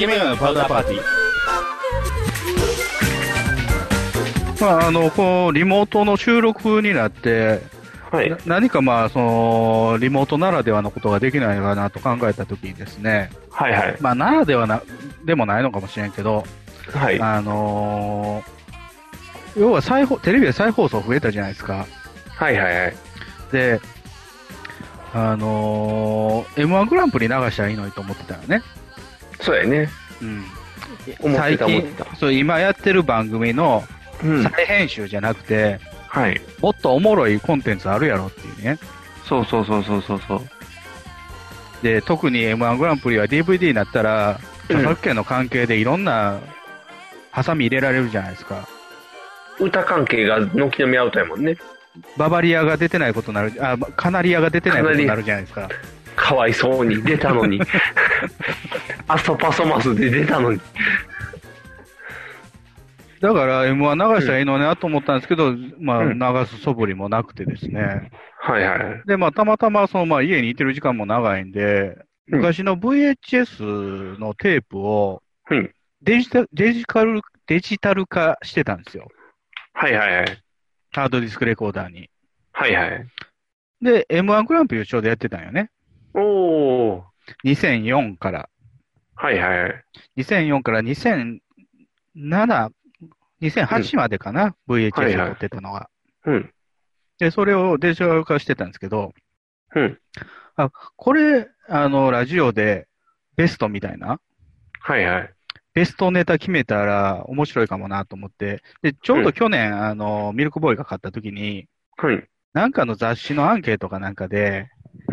ケメガネのパウダーパーティー。 こう、リモートの収録になって、 はい。 何かリモートならではのことができないかなと考えたときにですね、 はいはい。 ならではでもないのかもしれんけど、 はい。 要はテレビで再放送増えたじゃないですか。 はいはいはい。 で、M1 グランプリ流したらいいのにと思ってたよね。 そうやね。 うん。 思ってた。 そう、今やってる番組の再編集じゃなくて、はい。もっとおもろいコンテンツあるやろっていうね。 そうそうそうそうそう。 で、特に M1 グランプリは DVD になったら、著作権の関係でいろんなハサミ入れられるじゃないですか。 歌関係が軒並みアウトやもんね。 ババリアが出てないことになる、カナリアが出てないことになるじゃないですか。 かわいそうに出たのに。アソパソマスで出たのに。 だから M1 流したらいいのねと思ったんですけど、流す素振りもなくてですね。 はいはい。 で、たまたま家にいてる時間も長いんで、昔の VHS のテープをデジタル化してたんですよ。 はいはいはい。 ハードディスクレコーダーに。 はいはい。 で、M1 グランプリをちょうどやってたんよね。 おー。 2004から。 はいはい。 2004から2007、2008までかな、VHS を撮ってたのが。で、それをデジタル化してたんですけど、これ、ラジオでベストみたいな、 はいはい。 ベストネタ決めたら面白いかもなと思って、で、ちょうど去年、ミルクボーイが買った時に、なんかの雑誌のアンケートかなんかで、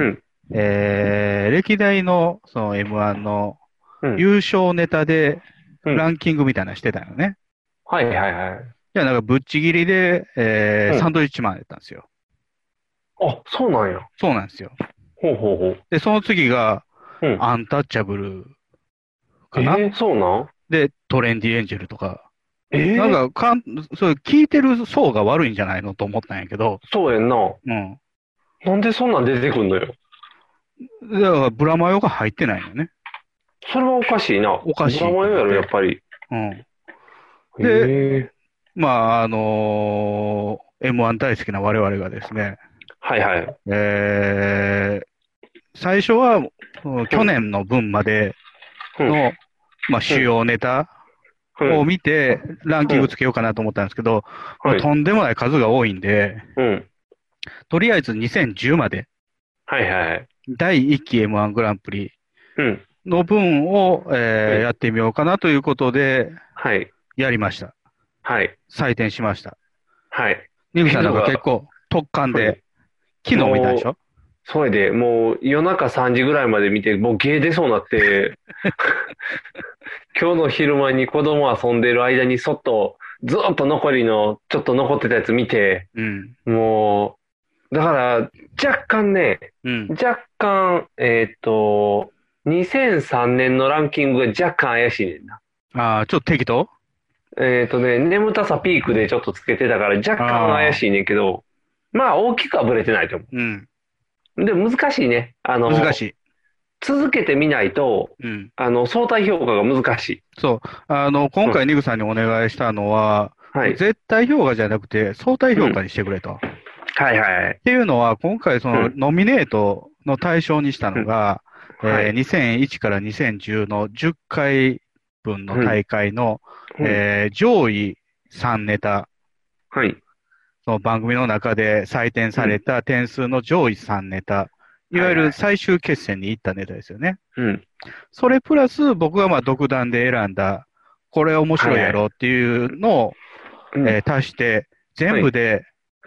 歴代のその M1 の優勝ネタでランキングみたいなのしてたよね。 はいはいはい。 じゃあなんかぶっちぎりで、サンドイッチマンやったんですよ。 あ、そうなんや。 そうなんですよ。 ほうほうほう。 で、その次が、アンタッチャブルかな。 そうなんで、トレンディエンジェルとか。なんか、そう聞いてる層が悪いんじゃないのと思ったんやけど。 そうやんな。 うん。 なんでそんなん出てくんのよ。 だからブラマヨが入ってないのね。 それはおかしいな。 おかしい。 ブラマヨやろ、やっぱり。 うん。で、M1 大好きな我々がですね。 はいはい。 最初は、去年の分までの、主要ネタを見て、ランキングつけようかなと思ったんですけど、とんでもない数が多いんで、とりあえず2010まで、第1期 M1 グランプリの分を、やってみようかなということで、やりました。採点しました。ニグさんなんか結構特感で、昨日見たでしょ？ それで、もう夜中3時ぐらいまで見て、もうゲー出そうになって、今日の昼間に子供遊んでる間にそっと、ずっと残りの、ちょっと残ってたやつ見て、もう、だから、若干ね、若干、2003年のランキングが若干怪しいねんな。 ああ、ちょっと適当？ 眠たさピークでちょっとつけてたから若干怪しいねんけど、大きくはブレてないと思う。でも難しいね。 難しい。 続けてみないと、相対評価が難しい。 そう。今回ニグさんにお願いしたのは、絶対評価じゃなくて相対評価にしてくれと。 はいはい。 っていうのは、今回ノミネートの対象にしたのが、2001から2010の10回分の大会の、上位3ネタ。その番組の中で採点された点数の上位3ネタ。いわゆる最終決戦に行ったネタですよね。それプラス僕が独断で選んだ、これ面白いやろっていうのを、足して、全部で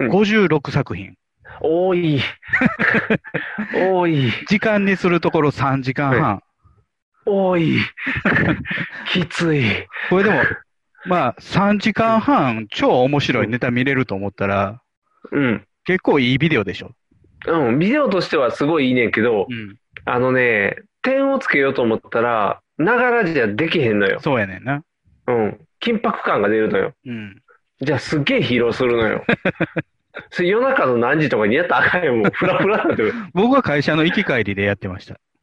56作品。 多い。多い。 時間にするところ3時間半。 多い。きつい。 これでも、3時間半超面白いネタ見れると思ったら、結構いいビデオでしょ。 ビデオとしてはすごいいいねんけど、点をつけようと思ったら、ながらじゃできへんのよ。 そうやねんな。 緊迫感が出るのよ。じゃあすっげえ疲労するのよ。それ夜中の何時とかにやったらあかんよ、もうフラフラだって。 僕は会社の行き帰りでやってました。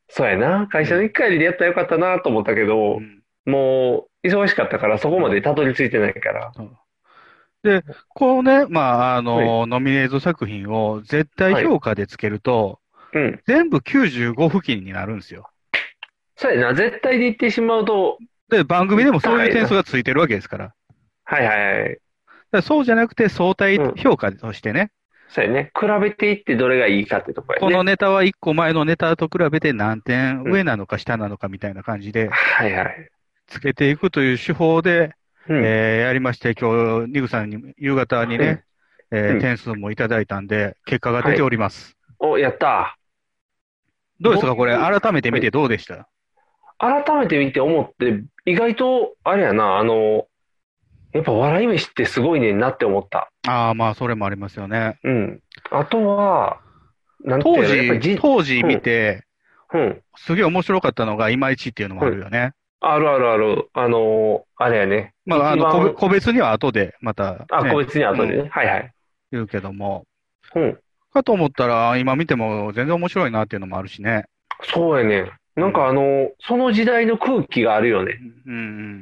そうやな。会社のうん。 一回でやったらよかったなと思ったけど、 うん。 もう、忙しかったからそこうん。 までたどり着いてないから。 そうで、こうね、まあ、 はい。 ノミネート作品を絶対はい。 評価でつけると、 うん。 全部95付近になるんですよ。 そうやな。絶対で言ってしまうと、 で、番組でもそういう点数高いな。 がついてるわけですから。だかはいはいはい。 らそうじゃなくて相対うん。 評価としてね、 そうやね。比べていってどれがいいかってとこやこのね。 ネタは1個前のネタと比べて何点うん。 上なのか下なのかみたいな感じではいはい。 つけていくという手法で、 うん。 やりまして、今日、ニグさんに夕方にうん。 ね、 うん。 点数もいただいたんで、結果が出ておはい。 ります。 お、やったー。 どうですかこれ、 どういう、 改めて見てはい。 どうでした？ 改めて見て思って、意外と、あれやな、やっぱ笑い飯ってすごいねんなって思った。 ああ、まあ、それもありますよね。 うん。あとは、なんていうの、やっぱり当時うん、 見て、 うん、 すげえ面白かったのがいまいちっていうのもうん。 あるよね。 あるあるある。あれやね。 まあ、 一番、 個別には後でまたあ、個ね、 別にうん、 後でね。はいはい。 言うけども、 うん。 かと思ったら、今見ても全然面白いなっていうのもあるしね。 そうやね。なんかうん。 その時代の空気があるよね。 うん、うん、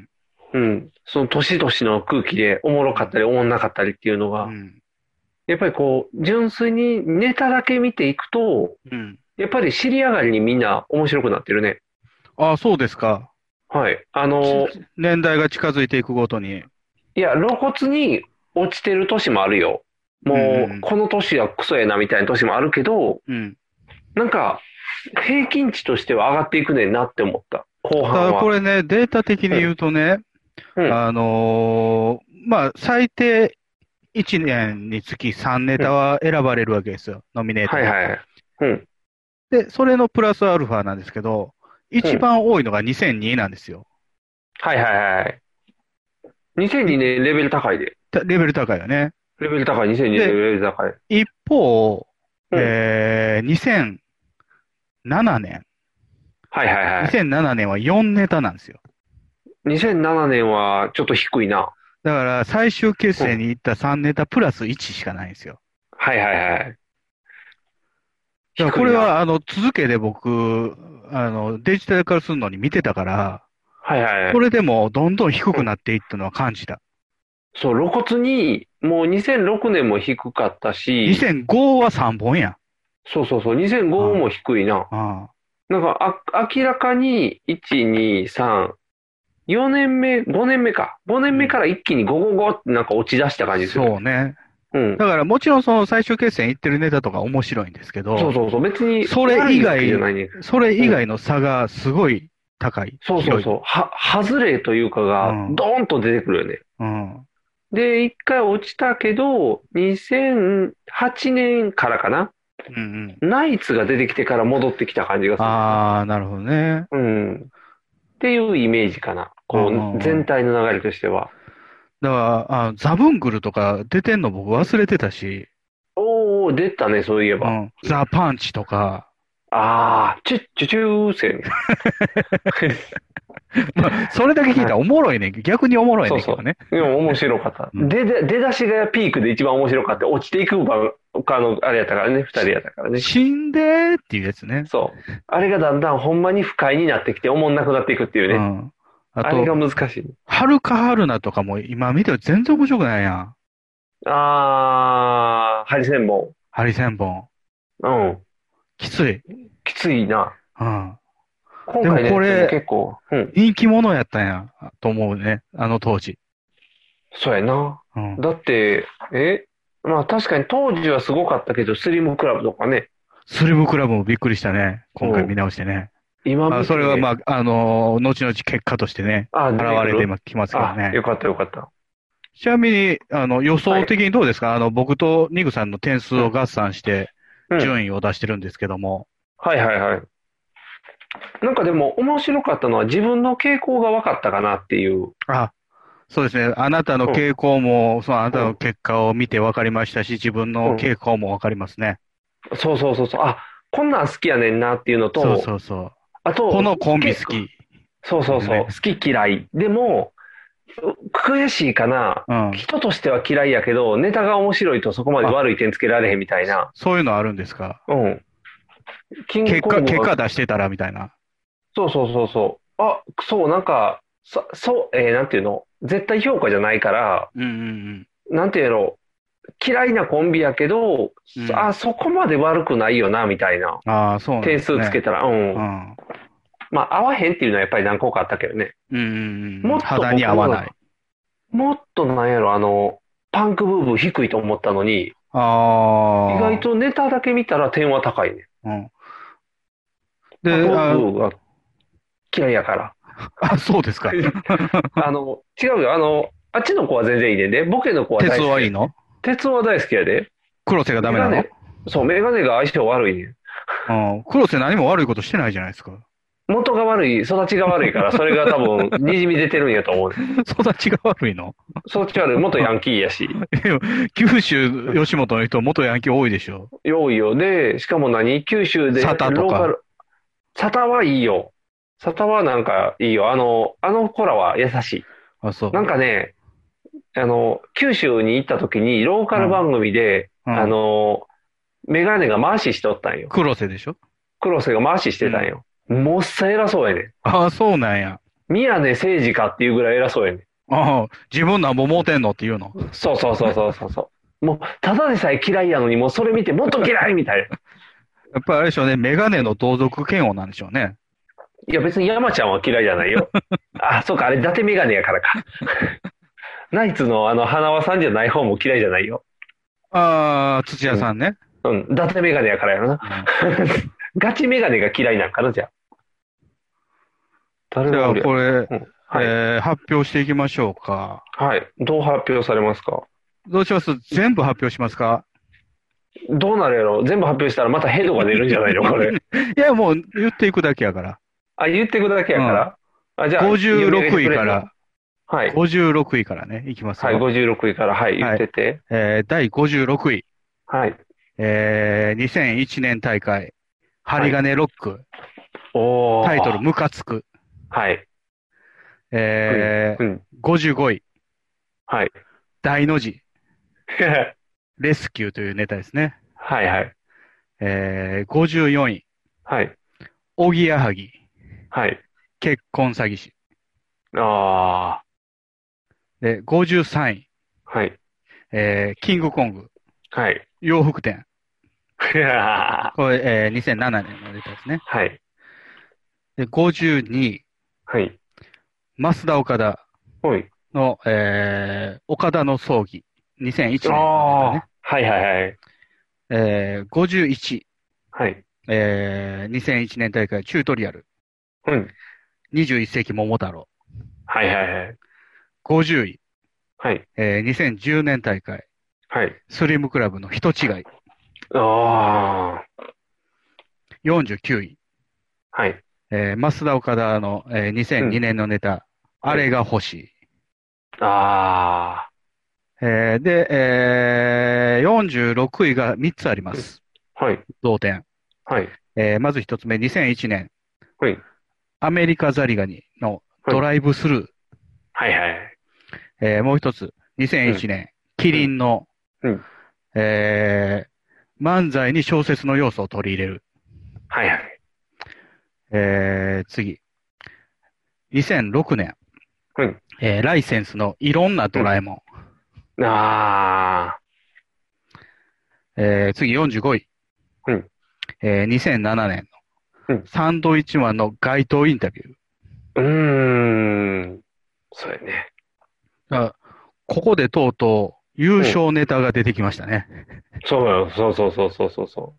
うん。その年々の空気でおもろうん、 かったりおもんなかったりっていうのが、 うん、 やっぱりこう、純粋にネタだけ見ていくと、 うん。 やっぱり尻上がりにみんな面白くなってるね。 ああ、そうですか。 はい。 年代が近づいていくごとに。 いや、露骨に落ちてる年もあるよ。 うん、うもう、 ん、 この年はクソやなみたいな年もあるけど、 うん。 なんか、平均値としては上がっていくねんなって思った。後ただ半は。 これね、データ的にうん。 言うとね、 うん。 まあ、最低1年につき3ネうん。 タは選ばれるわけですよ。ノミネートに。 はいはい。うん。 で、それのプラスアルファなんですけど、一うん。 番多いのが2002なんですよ。 はいはいはい。2002 い年レベル高いで。 レベル高いよね。 レベル高い。2002年レで、 ベル高い。 一方、 うん。 2007年。 はいはいはい。 2007年は4ネタなんですよ。 2007年はちょっと低いな。 だから最終決うん。 戦に行った3ネタプラス1しかないんですよ。 はいはいはい。 だからこ低いな。 れは、続けで僕、デジタル化するのに見てたから、 はいはいはい。 それでもどんどん低うん。 くなっていったのは感じた。 そう、露骨に、もう2006年も低かったし、 2005は3本やん。 そうそうそう、2005 あも低いな。 あ、あなんか、明らかに、1、2、3、4年目、5年目か。5年目かうん。 ら一気にゴゴゴってなんか落ち出した感じするよね。 そうね。 うん。 だからもちろんその最終決戦行ってるネタとか面白いんですけど、 そうそうそう。別にそれ悪いわけじゃ以外、 ないね。 それうん。 以外の差がすごい高い、広い。 そうそうそう。外れというかが、 うん、 ドーンと出てくるよね。 うん、 で、一回落ちたけど、2008年からかな。 うん、うん。 ナイツが出てきてから戻ってきた感じがするねんな。 ああ、なるほどね。 うん。っていうイメージかな。 うん、 こう、 うん、うん。 全体の流れとしては。 だから、ザブングルとか出てんの僕忘れてたし、 おー、出たね、そういえば。 うん、ザ・パンチとか、 あー、チュッチュチューせん。 まあ、それだけ聞いたらおもろいねん。逆におもろいそうそねんけどね。 う。でも面白かった。 うん。 出だしがピークで一番面白かった。落ちていく場、あれやったからね、二人やったからね。 死んでーっていうやつね。 そう。あれがだんだんほんまに不快になってきて、おもんなくなっていくっていうね。 うん。あと、 あれが難しい。 はるかはるなとかも今見ても全然面白くないやん。 ハリセンボハリセンボン。 ン。うん。 きつい。 きついな。 うん。でも今回のやつもこれ、 結構、うん。 人気者やったんや、と思うね。あの当時。 そうやな。 うん。 だって、まあ確かに当時はすごかったけど、スリムクラブとかね。 スリムクラブもびっくりしたね。今回見うん。 直してね。まあ、 今見て、 それはまあ、後々結果としてね、 あ、 現出てくる。 れてきますけどあ、 ね。 よかったよかった。 ちなみに、予想はい。 的にどうですか？僕とニグさんの点数うん。 を合算してうん。 順位を出してるんですけども。 はいはいはい。なんかでも面白かったのは自分の傾向が分かったかなっていう。 あ、そうですね。あなたのうん。 傾向も、そのあなたのうん。 結果を見て分かりましたし、自分のうん。 傾向も分かりますね。 そうそうそうそう。あ、こんなん好きやねんなっていうのそうと、 そうそう。 あと、 このコンビ好き。 そうそうそう。 ですね。 好き嫌い。でも、悔しいかな。 うん。 人としては嫌いやけど、ネタが面白いとそこまであ、 悪い点つけられへんみたいな。 そういうのあるんですか？ うん。 キングコングは、 結果出してたらみたいな。 そうそうそうそう。あ、そう、なんか、そう、なんていうの、絶対評価じゃないから、 うんうんなんていうの、嫌いなコンビやけど、 うん。うん。 あ、そこまで悪くないよな、みたいな。 ああ、そうなん点ですね。 数つけたら、うん。 うん。 まあ、合わへんっていうのはやっぱり何個かあったけどね。 うんうんうん。 もっと肌に僕のが、 合わない。 もっとなんやろ、パンクブーブー低いと思ったのに、意外あとネタだけ見たら点は高いね。 あ。うん。 パンクで、 ブーブーが嫌いやから。 あ、そうですか。 違うよ。あっちの子は全然いいねんで。ボケの子は鉄大好きやで。 はいいの？ 鉄は大好きやで。 黒瀬がダメなの？ メガネ、そう、メガネが相性悪いねん。 うん。黒瀬何も悪いことしてないじゃないですか。 元が悪い、育ちが悪いから、それが多分、にじみ出てるんやと思うねん。 育ちが悪いの？ 育ち悪い、元ヤンキーやし。 でも九州吉本の人、元ヤンキー多いでしょ。 よいよ。で、しかも九州で沙汰とか。 ローカル、沙汰はいいよ。沙汰はなんかいいよ。あの子らは優しい。 あ、そなんかね、九州に行った時に、ローカう。うん。 ル番組で、 うん。 メガネが回ししとったんよ。 黒瀬でしょ？ 黒瀬が回ししうん。 てたんよ。もっさ偉そうやねん。 ああ、そうなんや。 宮根誠司かっていうぐらい偉そうやねああ、自分なんぼ思うてんのって言うの？ ん。そうそうそうそうそうそう。もう、ただでさえ嫌いやのに、もうそれ見てもっと嫌いみたいな。 やっぱりあれでしょうね、メガネの同族嫌悪なんでしょうね。 いや別に山ちゃんは嫌いじゃないよ。あ、そうか、あれ伊達メガネやからか。ナイツの花輪さんじゃない方も嫌いじゃないよ。 ああ、土屋うん。 さんね。 うん。伊達メガネやからやろな。 うん。 ガチメガネが嫌いなんかな、じゃあ。誰じゃあ、 がおるやろ。 これ、 うん。はい。 発表していきましょうか。 はい。どう発表されますか？ どうします？全部発表しますか？ どうなるやろ？全部発表したらまたヘドが出るんじゃないのこれ。 いや、もう言っていくだけやから。 あ、言ってくだけうん。 やから。あ、じゃあ、読み上 56 げてくれんの？ 位から、 はい。 56位からね、いきますはい、 よ。 56位から、はい、言っはい。 てて。 第56位、 はい。 2001年大会、 はい。 針金ロック、 おタイトル、 ー。 ムカつく。 はい。うん。うん。 55位、 はい。 大の字、レスキューというネタですね。 はい、はい。 54位、 はい。 おぎやはぎ、 はい。 結婚詐欺師。 あで、53位、 ー。はい。 キングコング、 はい。 洋服店。 はこれ、2007年のネタですね。 い。 で、52位、 はい。 増田岡田はい。 の、岡田の葬儀。2001 あ年のネタね。 あ。はい、はい、はい。 51、 はい。 2001年大会チュートリアル。 うん。 21世紀桃太郎。 はい、はい、はい。 50位、 はい。 2010年大会はい。 スリムクラブの人違い。 ああ。 49位、 はい。 増田岡田の、2002 うん。 年のネタ、あはい。 れが欲しい。 あで、46位が3つありまあ。うん。 す。 はい。 同点。 はい。 まず1つ目、2001年、 はい。 アメリカザリガニのはい。 ドライブスルー。 はい、はい。 もう一つ、2001 うん。 年、キうん。 リンの、 うん。 漫才に小説の要素を取り入れる。 はい、はい。 次、2006年、 はい。 ライセンスのいろんなドうん。 ラえもん。 ああ。 次、45位、 うん。 2007年うん。 のサンドイッチマンの街頭インタビュー。 うーん。そうやね。 あ、ここでとうとう優うん。 勝ネタが出てきましたね。 そうや。そうそうそうそうそうそう。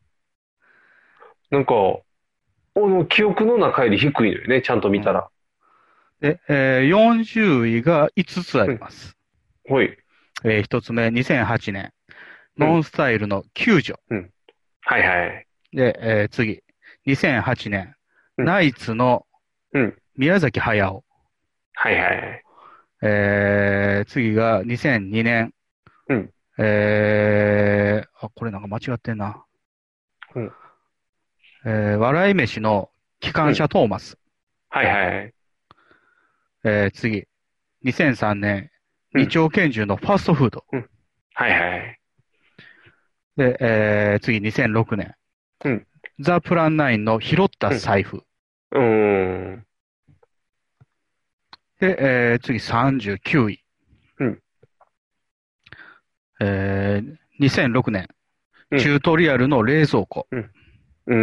なんか、記憶の中より低いのよね。ちゃんとうん。 見たら。 で、40位が5つあうん。 ります。 ほい。 1つ目、2008年、 うん。 ノンスタイルの救助。 うん。はいはい。 で、次、2008年、 うん。 ナイツのうん。 宮崎駿。 はいはい。 次が2002年、 うん。 これなんか間違ってんな。 うん。 笑い飯の機関車うん。 トーマス。 はいはい。 次、2003年、二うん。 丁拳銃のファストフード。 うん。はいはい。 で、次、2006年、 うん。 ザ・プラン9の拾った財布。 うん。 で、次39位。 うん。 2006年、 うん。 チュートリアルの冷蔵庫。 うん。うん。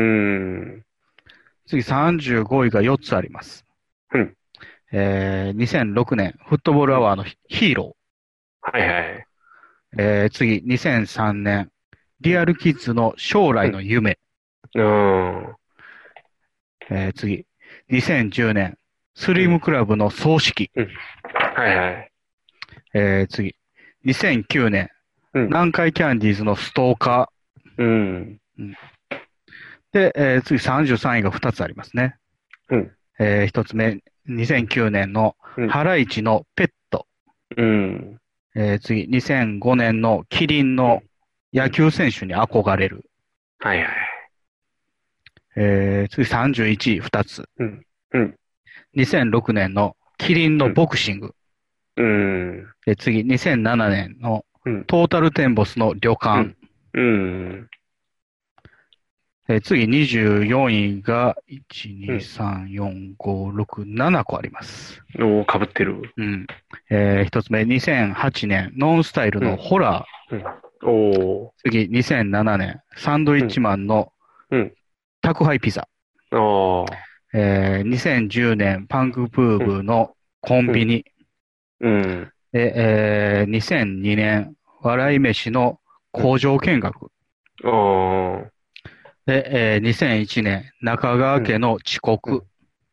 次35位が4つあります。 うん。 2006年、フットボールアワーのヒーロはいはい。 ー。次、2003年、リアルキッズの将来の夢。 うん。 次、2010年、スリムクラブの葬式。 うん。はいはい。 次、2009年、 うん。 南海キャンディーズのストーカうん。 ー。で、次33位が2つありますね。 うん。 1つ目、2009年のハライチのペット。 うん。 次、2005年のキリンの野球選手に憧れる。 はいはい。 次31位2つ。 うん。うん。 2006年のキリンのボクシング。 うん。 次、2007年のうん。 トータルテンボスの旅館。 うん。 次、24位が、1、2、3、4、5、6、7個あります。 おー、被ってる。 うん。一つ目、2008年、ノンスタイルのホラー。 おー。 次、2007年、サンドイッチマンの宅配ピザ。2010年、パンクプーブのコンビニ。で、2002年、笑い飯の工場見学。で、2001年、中川家の遅刻。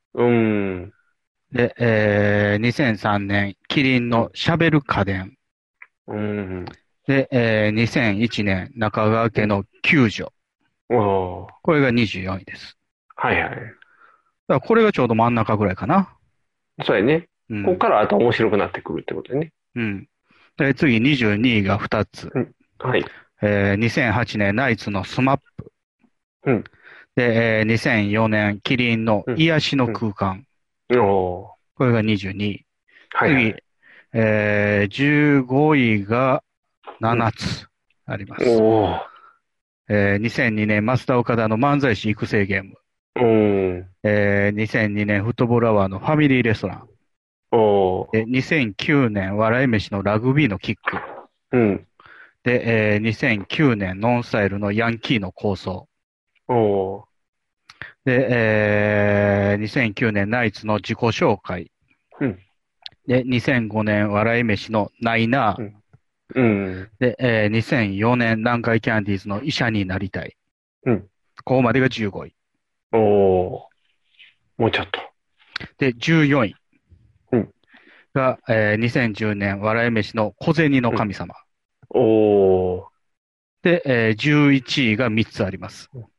で、2003年、キリンのしゃべる家電。で、2001年、中川家の救助。これが24位です。 はいはい。 だからこれがちょうど真ん中ぐらいかな。 そうやね。ここからあと面白くなってくるってことだね。 うん。で、次22位が2つ。 はい。 2008年、ナイツのスマップ。で、2004年、キリンの癒しの空間。これが22位。次、15位が7つあります。2002年、増田岡田の漫才師育成ゲーム。2002年、フットボールアワーのファミリーレストラン。2009年、笑い飯のラグビーのキック。で、2009年、ノンスタイルのヤンキーの構想。で、2009年、ナイツの自己紹介。で、2005年、笑い飯のナイナー。で、2004年、南海キャンディーズの医者になりたい。ここまでが15位。 もうちょっと。 で、14位が、2010年、笑い飯の小銭の神様。で、11位が3つあります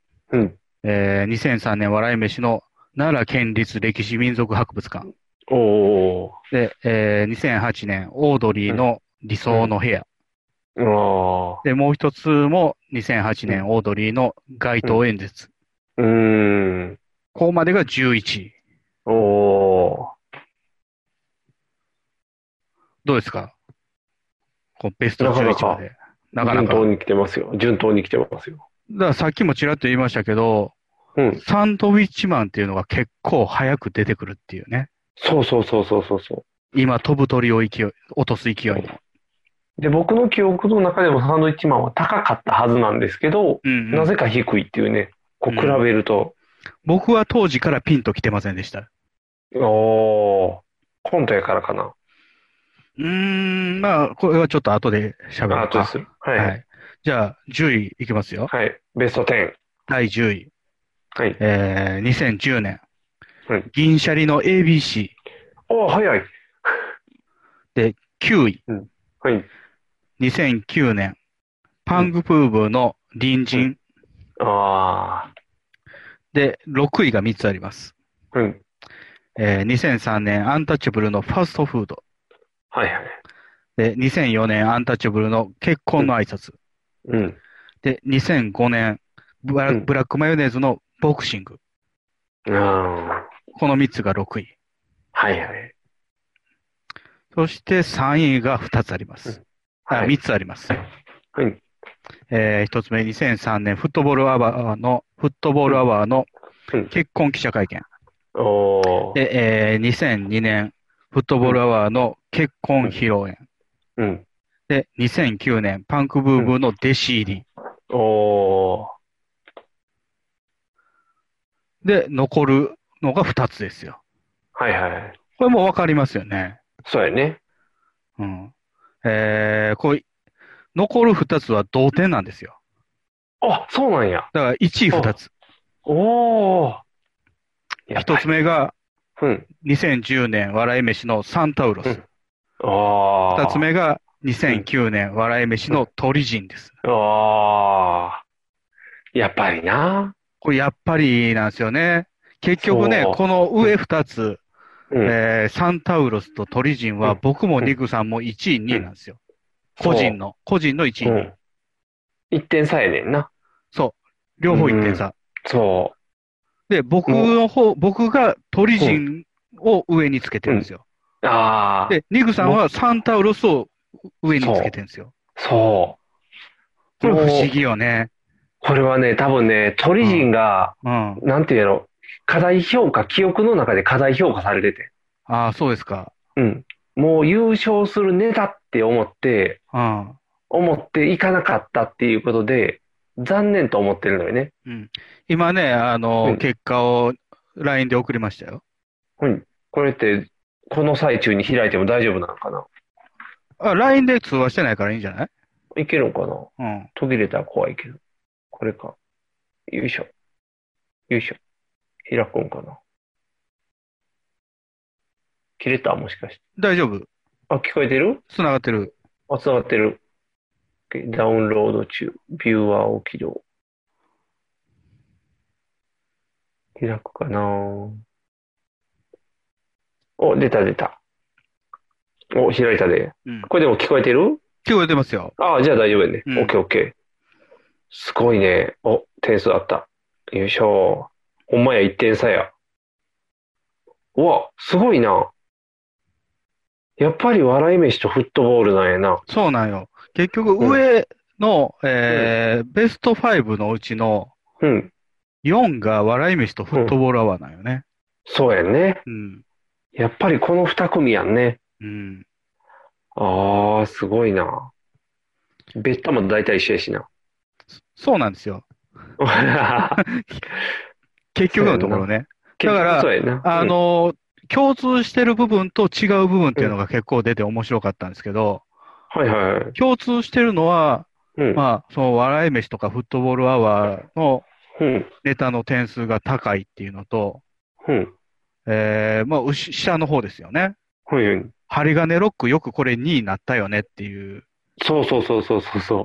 。2003年、笑い飯の奈良県立歴史民族博物館。で、2008年、オードリーの理想の部屋。で、もう一つも2008年、オードリーの街頭演説。ここまでが11位。どうですか？ベスト11まで。 なかなか。順当に来てますよ。順当に来てますよ。 だからさっきもちらっと言いましたけど、サンドウィッチマンっていうのが結構早く出てくるっていうね。 そう。 今、飛ぶ鳥を落とす勢いに。 で、僕の記憶の中でもサンドウィッチマンは高かったはずなんですけど、なぜか低いっていうね、こう比べると。 僕は当時からピンと来てませんでした。 コントやからかな。 まあ、これはちょっと後で喋るか。 後です。はい。 じゃあ、10位いきますよ。 はい。ベスト10。 第10位。 はい。 2010年。銀シャリの ABC。 早い。 で、9位。 はい。 2009年。パングプーブーの隣人。で、6位が3つあります。2003年、アンタッチャブルのファストフード。で、2004年、アンタッチャブルの結婚の挨拶。で、2005年、ブラックマヨネーズのボクシング。この3つが6位。そして3位が2つあります。3つあります。 一つ目、2003年、フットボールアワーの結婚記者会見。 おー。 で、2002年、フットボールアワーの結婚披露宴。で、2009年、パンクブーブーの弟子入り。 おー。 で、残るのが2つですよ。 はいはい。 これもわかりますよね。 そうやね。 うん。これ、残る2つは同点なんですよ。 あ、そうなんや。 だから1位2つ。 おー。 1つ目が、2010年笑い飯のサンタウロス。2つ目が2009年笑い飯の鳥人です。 やっぱりな。 これやっぱりなんですよね。結局ね、この上2つ、サンタウロスと鳥人は僕もニグさんも1位、2位なんですよ。個人の1位、2位。 1点差やねんな。 そう。両方1点差。 そう。 で、僕が鳥人を上につけてるんですよ。で、ニグさんはサンタウロスを上につけてるんですよ。 そう。 これ不思議よね。 これはね、多分ね、鳥人が、なんていうの、課題評価、記憶の中で課題評価されてて。 ああ、そうですか。 もう優勝するネタって思っていかなかったっていうことで、残念と思ってるのよね。 今ね、結果を LINE で送りましたよ。 これって、この最中に開いても大丈夫なのかな？ LINE で通話してないからいいんじゃない？ いけるのかな？途切れたら怖いけど。これか。よいしょ。よいしょ。開くんかな。切れた？もしかして。 大丈夫。 聞こえてる？ 繋がってる。 繋がってる。ダウンロード中。ビューアーを起動。開くかな。出た出た。開いたで。これでも聞こえてる？ 聞こえてますよ。 じゃあ大丈夫やね。オッケーオッケー。すごいね。点数あった。よいしょ。ほんまや、1点差や。うわ、すごいな。やっぱり笑い飯とフットボールなんやな。 そうなんよ。結局、上の、ベスト5のうちの、4が笑い飯とフットボールアワーなんよね。 そうやんね。やっぱりこの2組やんね。すごいな。ベッタも大体一緒やしな。 そうなんですよ。結局のところね。だから、共通してる部分と違う部分っていうのが結構出て面白かったんですけど、共通してるのは、まあ、その笑い飯とかフットボールアワーのネタの点数が高いっていうのと、まあ、下の方ですよね。針金ロックよくこれ2位になったよねっていう。 そう。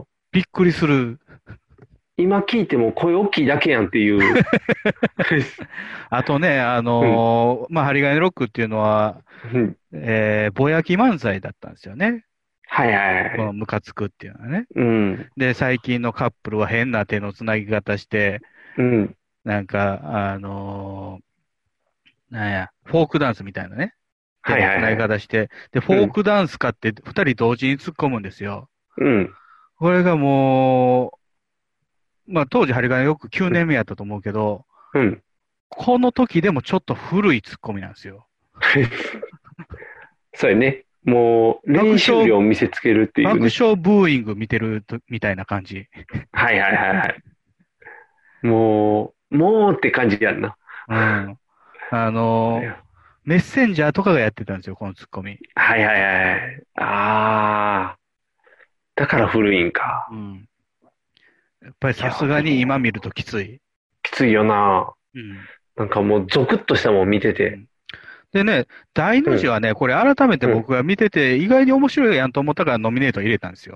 びっくりする。 今聞いても声大きいだけやんっていう。 あとね、まあ、針金ロックっていうのは、ぼやき漫才だったんですよね。このムカつくっていうのはね。で、最近のカップルは変な手のつなぎ方して、なんか、なんや、フォークダンスみたいなね。手のつなぎ方して、で、フォークダンスかって二人同時に突っ込むんですよ。これがもう、まあ当時針金よく9年目やったと思うけど、この時でもちょっと古い突っ込みなんですよ。 そうやね。もう、練習量を見せつけるっていう、ね。 爆笑ブーイング見てるみたいな感じ。 もうって感じやんな。 メッセンジャーとかがやってたんですよ、このツッコミ。 だから古いんか。 やっぱりさすがに今見るときつい。 きついよな。なんかもうゾクッとしたもん見てて。 でね、大の字はね、これ改めて僕が見てて、意外に面白いやんと思ったからノミネート入れたんですよ。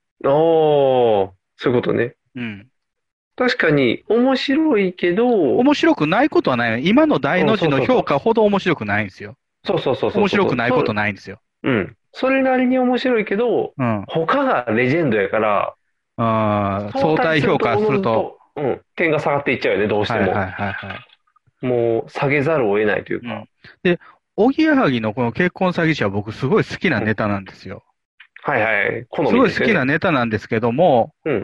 そういうことね。確かに面白いけど。 面白くないことはない。今の大の字の評価ほど面白くないんですよ。面白くないことないんですよ。 それなりに面白いけど、他がレジェンドやから、 相対評価すると、 点が下がっていっちゃうよね、どうしても。もう下げざるを得ないというか。 で、おぎやはぎのこの結婚詐欺師は僕すごい好きなネタなんですよ。 好みですごい好きなネタなんですけども、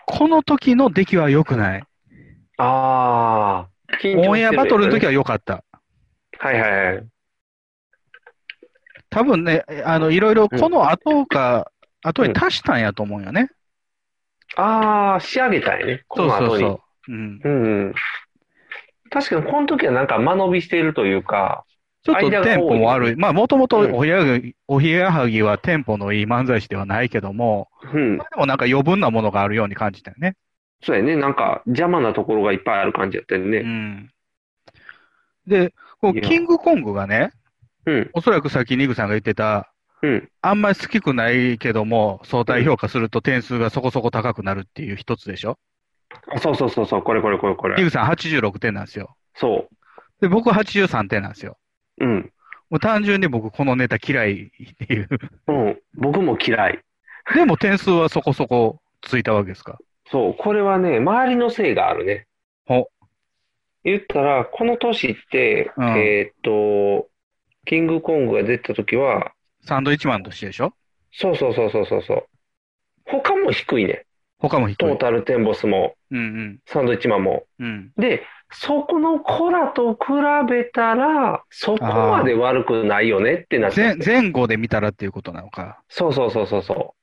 この時の出来は良くない。 ああ、緊張してるよね。 オンエアバトルの時は良かった。 はいはいはい。 多分ね、いろいろこの後に足したんやと思うよね。 ああ、仕上げたいね。こそうの後に。 そうそう。うん。 うん。確かにこの時はなんか間延びしているというか、 ちょっと間がテンポも悪い。 多いよね。 まあ、もともとうん。 おひげやはぎはテンポのいい漫才師ではないけども、 うん。 まあでもなんか余分なものがあるように感じたよね。 そうやね。なんか邪魔なところがいっぱいある感じやったよね。 うん。で、こう、 いや。 キングコングがね、 うん。 おそらくさっきニグさんが言ってた、 うん。 あんまり好きくないけども、相うん。 対評価すると点数がそこそこ高くなるっていう一つでしょ。 あ、そうそうそうそう。これこれこれこれ。 ニグさん86点なんですよ。 そで、僕83点なんですよ。 う。うん。 もう単純に僕このネタ嫌いっていう。 うん。僕も嫌い。 でも点数はそこそこついたわけですか。 そう。これはね、周りのせいがあるね。 ほ、 言ったら、この年って、 うん。 キングコングが出た時は、 サンドイッチマンとしてでしょ。 そうそうそうそうそうそう。他も低いね。 他も低い。 トータルテンボスも、 うんサンドイッチマンも。 うん。うん。 で、そこの子らと比べたら、そこまでああ。 悪くないよねってなっちゃって。 前後で見たらっていうことなのか。 そうそうそうそうそう。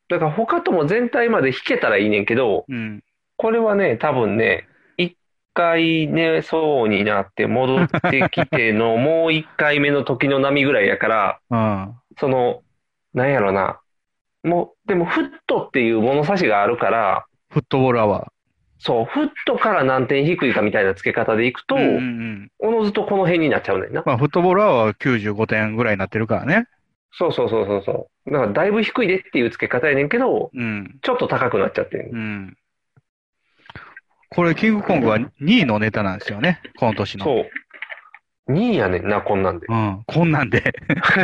だから他とも全体まで弾けたらいいねんけど、 うん。 これはね、多分ね、一回寝そうになって戻ってきての、もう一回目の時の波ぐらいやから、 うん。 その、なんやろな。もう、でも、フットっていう物差しがあるから、 フットボールアワそう、フットから何点低いかみたいな付け方でいくー。うんうんと、 うん。 おのずとこの辺になっちゃうねんな。 まあ、フットボールアワーは95点ぐらいになってるからね。 そうそうそうそうそう。だからだいぶ低いでっていう付け方やねんけど、 うん。 ちょっと高くなっちゃってる。 うん。これ、キングコングは2位のネタなんですよね。この年の。 そう。2位やねんな、こんなんで。 うん。こんなんで。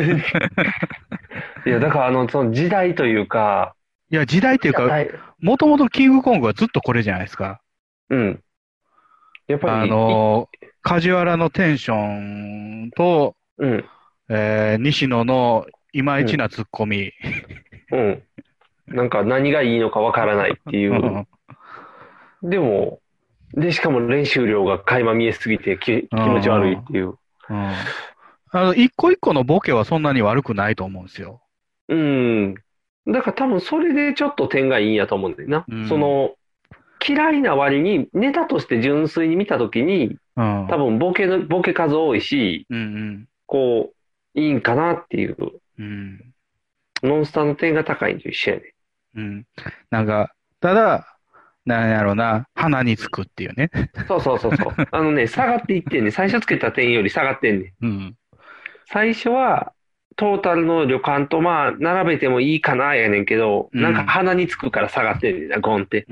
いや、だからその時代というか、 いや、時代っていうか、 いやだいもともとキングコングはずっとこれじゃないですか。 うん。やっぱあり、 の、梶原のテンションと、 うん、 西野のいまいちうん、 なツッコミ。 うん。なんか何がいいのかわからないっていう。 うん。 でも、で、しかも練習量が垣間見えすぎてう気持ち悪いっん。 ていう。 うん。一個一個のボケはそんなに悪くないと思うんですよ。 うん。だから多分それでちょっと点がいいんやと思うんだよな。 うん。 嫌いな割にネタとして純粋に見たときに、 うん。 多分ボケ数多いし、 うん。 こいいんかなっていう。 うん。 ノンスタの点が高いんと一緒やね。 うん。なんか、ただ、なんやろな、鼻につくっていうね。 そうそうそうそう。下がっていってんね。最初つけた点より下がってんね。 うん。 最初は、トータルの旅館とまあ、並べてもいいかなやねんけど、なんかうん。 鼻につくから下がってんねんな、ゴンって。 うん。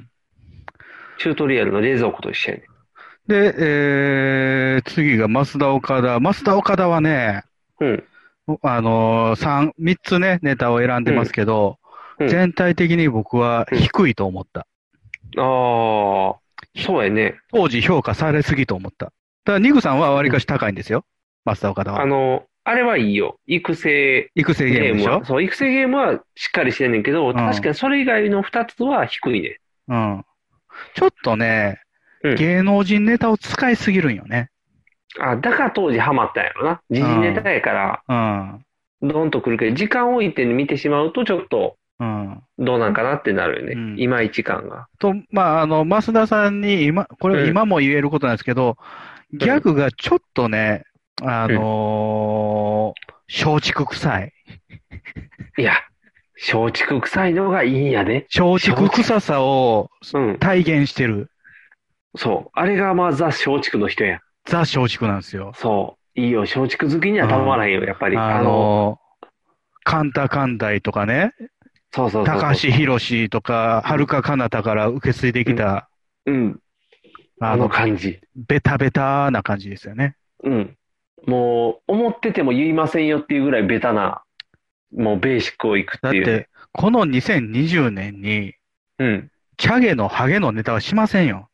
チュートリアルの冷蔵庫と一緒やねで、次が増田岡田。増田岡田はね、 ん。うん、 三つね、ネタを選んでますうん、 けど、 うん、 全体的に僕はうん。 低いと思った。 ああ、そうやね。 当時評価されすぎと思った。だからニグさんはわりかし高いんですよ。増田岡田は。 あれはいいよ。育成育成ゲーゲームは。 ムでしょ。 そう、育成ゲームはしっかりしてんねんけど、 うん。 確かにそれ以外の二つは低いね。 うん。ちょっとね、 うん。 芸能人ネタを使いすぎるんよね。 あ、だから当時ハマったんやろな。時うん。 事ネタやから、 うん。 ドンとくるけど、時間置いて見てしまうとちょっと、 うん。 どうなんかなってなるよね。 うん。 いまいち感が。 まあ、増田さんにこうん、 れ今も言えることなんですけど、 うん、 ギャグがちょっとね、 うん。 松竹臭い。 いや、松竹臭いのがいいんやで。 松竹松竹。 臭さをうん。 体現してる。 そう。あれがまあザ松竹の人や。 ザ松竹なんですよ。 そう。いいよ。松竹好きにはたまうん。 らへんよ、やっぱり。 あの神田寛大とかね、 そうそうそう高橋そうそ宏とか、 う。うん、 遥か彼方から受け継いでうん、 きた、 うん。あのあの、 感じ。 ベタベタな感じですよね。 うん。もう、思ってても言いませんよっていうぐらいベタな、もうベーシックをいくっていうね。 だって、この2020年に、 うん。 チャゲのハゲのネタはしませんよ。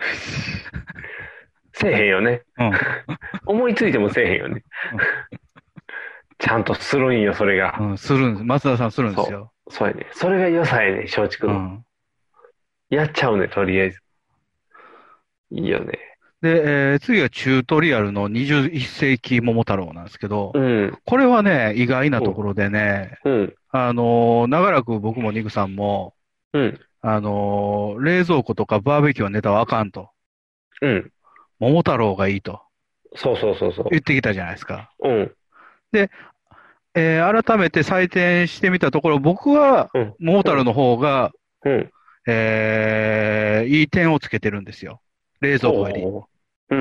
せえへんよね。 うん。 思いついてもせえへんよね。ちゃんとするんよ、それが。 うん、するんです。松田さんするんですそよ。 う。そうやね。それが良さやね、松竹の。 うん。 やっちゃうね、とりあえず。いいよね。 で、次はチュートリアルの21世紀桃太郎なんですけど、 うん。 これはね、意外なうん。 ところでね、 うん。 長らく僕もニグさんも、 うん。 冷蔵庫とかバーベキューのネタはあかんと。 うん。 桃太郎がいいとそうそうそうそ言ってきたじゃないですか。 う。うん。 で、改めて採点してみたところ、僕はうん。 桃うん。 太郎の方が、 うん。 いい点をつけてるんですよ。冷蔵庫より。 ほう。うん。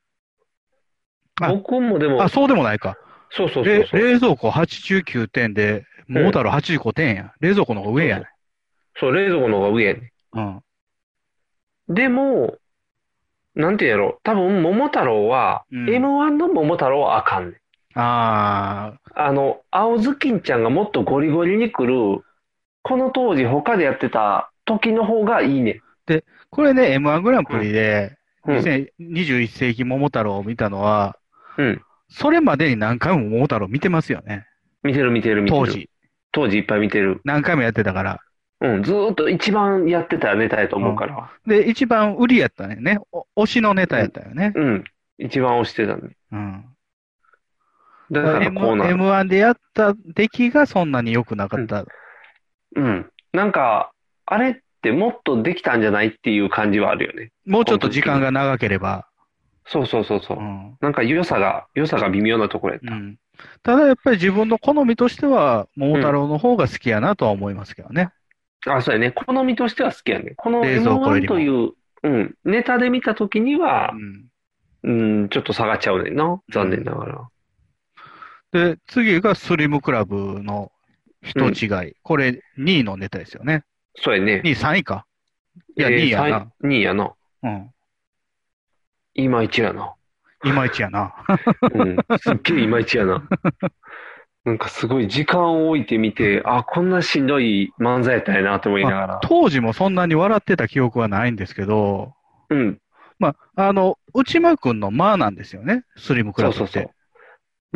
あ、 僕もでも、 そうでもないか。 そうそうそうそ冷蔵庫89点で、 う。うん。 桃太郎85点や。冷蔵庫の方が上やね。 そうそう。そう、冷蔵庫の方が上やね。 うん。 でも、なんて言うんやろ。多分、桃太郎は、 うん。 M1 の桃太郎はあかんねん。 ああ。 青ずきんちゃんがもっとゴリゴリに来る、この当時他でやってた時の方がいいねで、これね、M1 グランん。うん。 プリで、 うん。 2021世紀桃太郎を見たのは、 うん。 それまでに何回も桃太郎見てますよね。 見てる見てる見てる。 当時。 当時いっぱい見てる。 何回もやってたから。 うん。ずーっと一番やってたネタやとうん。 思うから。 で、一番売りやったね。推しのネタうん。 やったよね。 うん。一番推してたね。 うん。 だからこうなる。 M1 でやった出来がそんなに良くなかうん。 った。 うん。なんか、あれってもっとできたんじゃないっていう感じはあるよね。こもうちょっと時の時の。 間が長ければ。 そうそうそうそう。 うん。 なんか良さが微妙なところやった。 うん。ただやっぱり自分の好みとしては、桃うん。 太郎の方が好きやなとは思いますけどね。 あ、そうやね。好みとしては好きやね。この冷蔵庫よ M1 りも。 という、うん、ネタで見たときには、 うん。 うん、ちょっと下がっちゃうねんな。残念うん。 ながら。 で、次がスリムクラブの人うん。 違い。これ2位のネタですよね。 そうやね。 2位、3位か。いや、2位やな。 2位やな。 うん。 いまいちやな。 いまいちやな。 うん。すっげえいまいちやな。なんかすごい時間を置いてみて、あ、こんなしんどい漫才やったんやなと思いまあ、 ながら。 当時もそんなに笑ってた記憶はないんですけど、 うん。 まあ、内間くんの間なんですよね。スリムクラブって。 そうそうそう。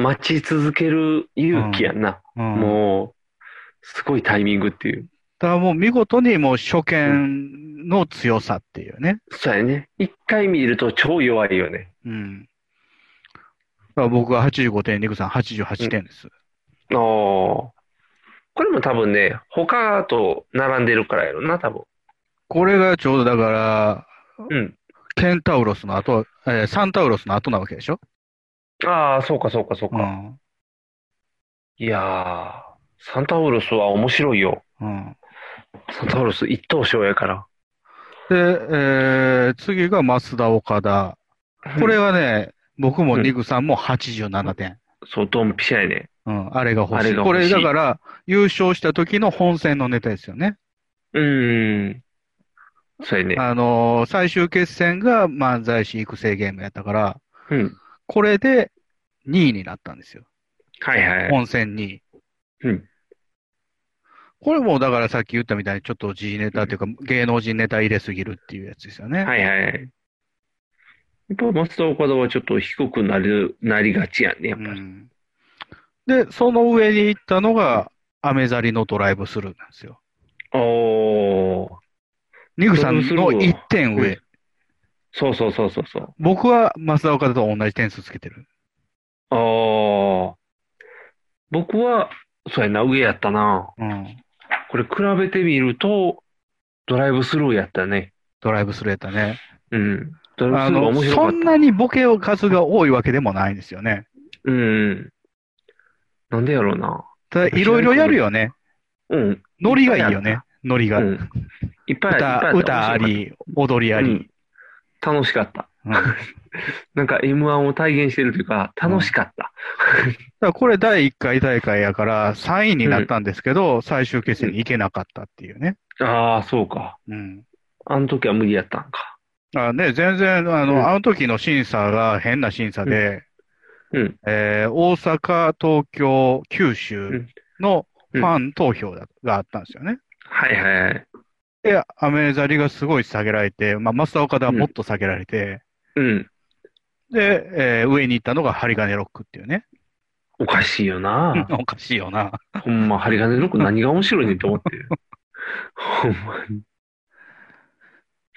待ち続ける勇気やうん。 んな。 うん。 もう、すごいタイミングっていう。 だからもう見事にもう初うん。 見の強さっていうね。 そうやね。一回見ると超弱いよね。 うん。だから僕は85点、ニクさん88 うん。 点です。 ああ。これも多分ね、他と並んでるからやろな、多分。 これがちょうどだから、 うん。 ケンタウロスの後、サンタウロスの後なわけでしょ？ ああ、そうかそうかそうか。 うん。 いやー、サンタウロスは面白いよ。 うん。 サンタウロス一等賞やから。 で、次が増田岡田。これうん。 はね、僕もうん。 ニグさんも87点。 そう、ドンピシャやね。 うん、あれが欲あれしい。これが欲しい。 だから、優勝した時の本戦のネタですよね。 うーん。そうやね。 最終決戦が漫才師育成ゲームやったから、 うん。 これで2位になったんですよ。 はいはい。 本戦2位。 うん。 これもだからさっき言ったみたいにちょっと時事ネうん。 タというか芸能人ネタ入れすぎるっていうやつですよね。 はいはい。やっぱ松田岡田はちょっと低くなりがちやんね、やっぱり。 うん。で、その上に行ったのがアメザリのドライブスルーなんですよ。 おー、 ニグドライブさんのスルーを。 1点うん。 上。 そうそうそうそうそ僕は増田岡田と同じ点数つけてる。 う。あー、僕は、そうやな、上やったな。 うん。 これ比べてみると、ドライブスルーやったね。 ドライブスルーやったね。 うん。ドライブスルーが面白かった。 そんなにボケを数が多いわけでもないんですよね。 うん。なんでやろうな。 ただ、 やっぱいろいろや平井君が、 るよね。 うん。いノリっぱがいいよね。 いあった。 ノリが。 うん。いっぱいあった。面白かった。 歌あり、踊りあり。 うん。楽しかった。 うん。 なんか M1 を体現してるというか、 うん。 楽しかった。 だからこれ第1回大会やから3位にうん。 なったんですけど、最終決うん。 戦に行けなかったっていうね。 ああ、そうか。 うん。 あの時は無理やったんか。 ね、全然、 うん。 あの時の審査が変な審査うん。 で、 うん。 大阪、東京、九州うん。 のうん。 ファン投票があったんですよね。 はいはいはい。 で、アメザリがすごい下げられて、まあ、増田岡田はうん。 もっと下げられて、 うん。 で、上に行ったのが針金ロックっていうね。 おかしいよな。 おかしいよな。 ほんま、針金ロック何が面白いねんと思ってる。ほんまに。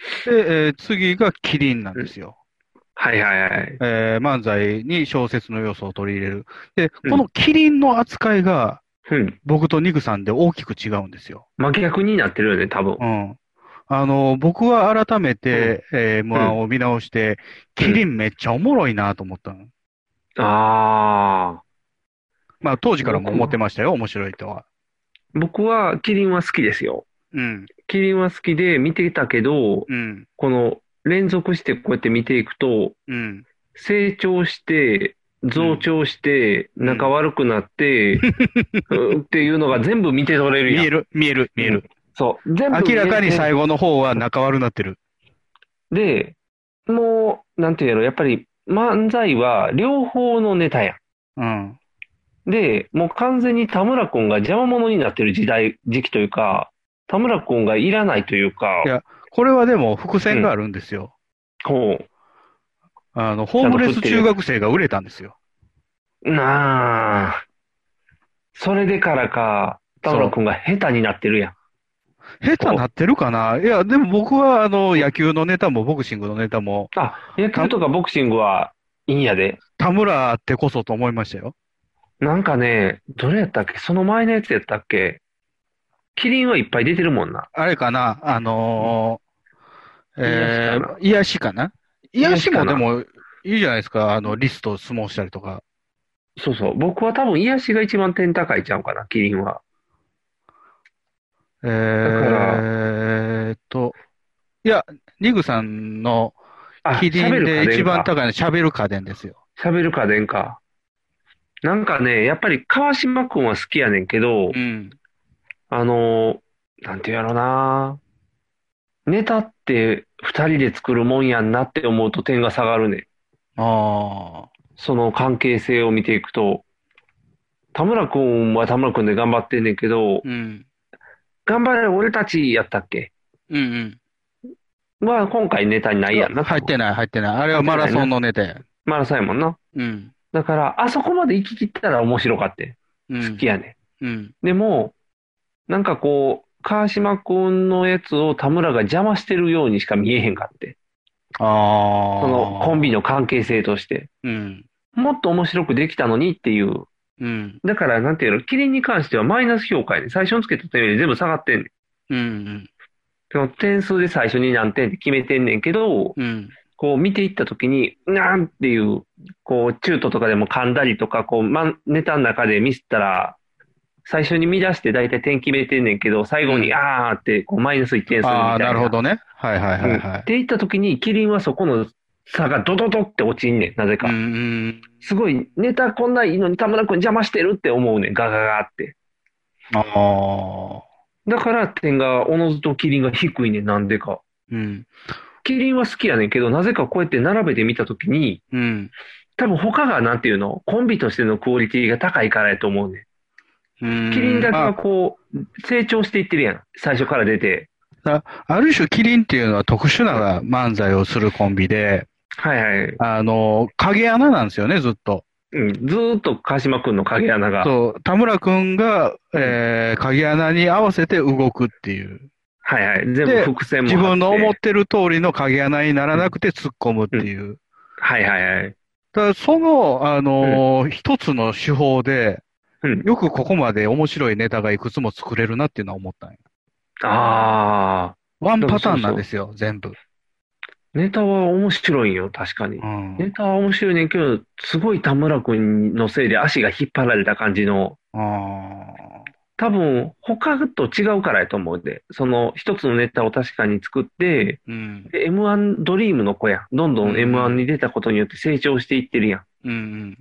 次がキリンなんですよ。 はいはいはい。 漫才に小説の要素を取り入れる。で、このうん。 キリンの扱いがうん。 僕とニグさんで大きく違うんですよ。 真逆になってるよね、多分。 うん。僕は改めうん。 て、 うん。 M1 を見直して、キリうん。 ンめっちゃおもろいなと思ったの。 ああ。 まあ、当時からも思って僕は、 ましたよ、面白いとは。 僕はキリンは好きですよ。 うん、 キリンは好きで見てたけど、 うん、 この連続してこうやって見ていくと、 うん、 成長して、増うん、 長して、 うん。 仲悪くなって、っていうのが全部見て取れるや見える、見える、 ん。うん。 見える。 そう。全部明らかに見えて、 最後の方は仲悪なってる。 で、もう、なんていうやろ、やっぱり漫才は両方のネタやうん。 ん。で、もう完全に田村くんが邪魔者になってる時期というか、田村くんがいらないというか、 いや、これはでも伏うん、 線があるんですよ。 こう、ちゃんホームレスと振ってるや中学生が売れたんですよ。 つ。なあ、それでからか、田村そくんが下手になってるやん。 う。下手なこってるかないや、でも僕はう。うん。 野球のネタもボクシングのネタも、 あ、野球た、 とかボクシングはいいんやで。 田村あってこそと思いましたよ。 なんかね、どれやったっけその前のやつやったっけキリンはいっぱい出てるもんな。 あれかなうん。癒しかな。 癒しかな癒し癒しかな。 もでもいいじゃないですか。リスト相撲したりとか。 そうそう。僕は多分癒しが一番点高いちゃうかな、キリンは。だから、 いや、リグさんのあ、 キリン喋る家で一電か。 番高いのは喋る家電ですよ。 喋る家電か。なんかね、やっぱり川島くんは好きやねんけど、 うん。 あの、なんていうやろな。ネタって二人で作るもんやんなって思うと点が下がるね。 ああ。 その関係性を見ていくと、田村くんは田村くんで頑張ってんねんけど、 うん。 頑張れ俺たちやったっけうんうん。 は今回ネタにないやんな、多分。 入ってない、入ってない。あれはマラソン入ってないな。 のネタや。 マラソンやもんな。 うん。 だから、あそこまで行き切ったら面白かって。 うん。 好きやねうん。 ん。でも、なんかこう、川島くんのやつを田村が邪魔してるようにしか見えへんかって。そのコンビああ。 の関係性として。 うん。 もっと面白くできたのにっていう。 うん。 だから、なんていうの、キリンに関してはマイナス評価やねん。最初につけた点より全部下がってんねん。 うん。 その点数で最初に何点って決めてんねんけど、 うん。 こう見ていったときに、なんていう、こう、中途とかでも噛んだりとか、こう、ネタの中でミスったら、最初に見出して大体点決めてんねんけど、最後にうん。 あーってこうマイナス1点するああ、 みたいな。 なるほどね。はいはいうん。っはいはい。 ていったときに、キリンはそこの差がドドドって落ちんねん、なぜうか。 ん。 すごい、ネタこんないいのに田村くん邪魔してるって思うねん、ガガガって。 ああ。 だから点が、おのずとキリンが低いねん、なんでか。 うん。 キリンは好きやねんけど、なぜかこうやって並べてみたときに、 うん。 多分他がなんていうの、コンビとしてのクオリティが高いからやと思うねん。 うキリンん。 だけはまこう、成長していってるやん。最初から出て。 ある種キリンっていうのは特殊な漫才をするコンビで、 はいはい。 影穴なんですよね、ずっと。 うん。ずーっと川島くんの影穴が。 そう、田村くんが、 うん。 影穴に合わせて動くっていう。 はいはい。全部で、 伏線もあっ自分の思って。 てる通りの影穴にならうん。 なくて突っ込むっうん。 ていう。 はいはいはい。 だからその、 うん。 一つの手法で、 うん。 よくここまで面白いネタがいくつも作れるなっていうのは思ったんよ。 ああ。 ワンだからパターンなんそうそう。 ですよ、全部。 ネタは面白いんよ、確かに。 うん。 ネタは面白いねんけど、すごい田村くんのせいで足が引っ張られた感じの、 ああ。 多分他と違うからやと思うで、その一つのネタを確かに作って、 うん。 で M1 ドリームの子やん。どんどうん M1 ん。 に出たことによって成長していってるやん。だかうん。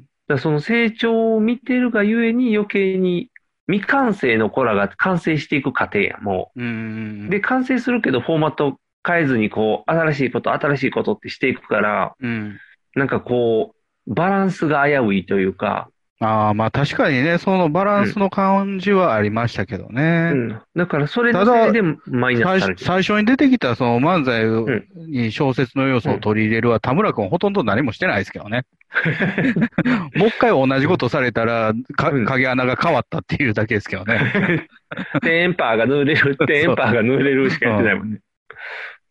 らその成長を見てるがゆえに余計に未完成の子らが完成していく過程やん、もうん。 う。で、 うん。 完成するけどフォーマット変えずにこう、新しいことってしていくから、 うん。 なんかこう、バランスが危ういというか、 ああ、まあ確かにね、そのバラうん。 ンスの感じはありましたけどね。 うん。だからそれただ、 のせいでマイナスされてる。 最初に出てきたその漫才うん。 に小説の要素をうん。 取り入れるは田村君ほとんど何もしてないですけどね。もう一回同じことされたら、 うん。 影穴が変わったっていうだけですけどね。 テンパーが濡れる、テそう。 ンパーが濡れるしかやってないうん。 もんね。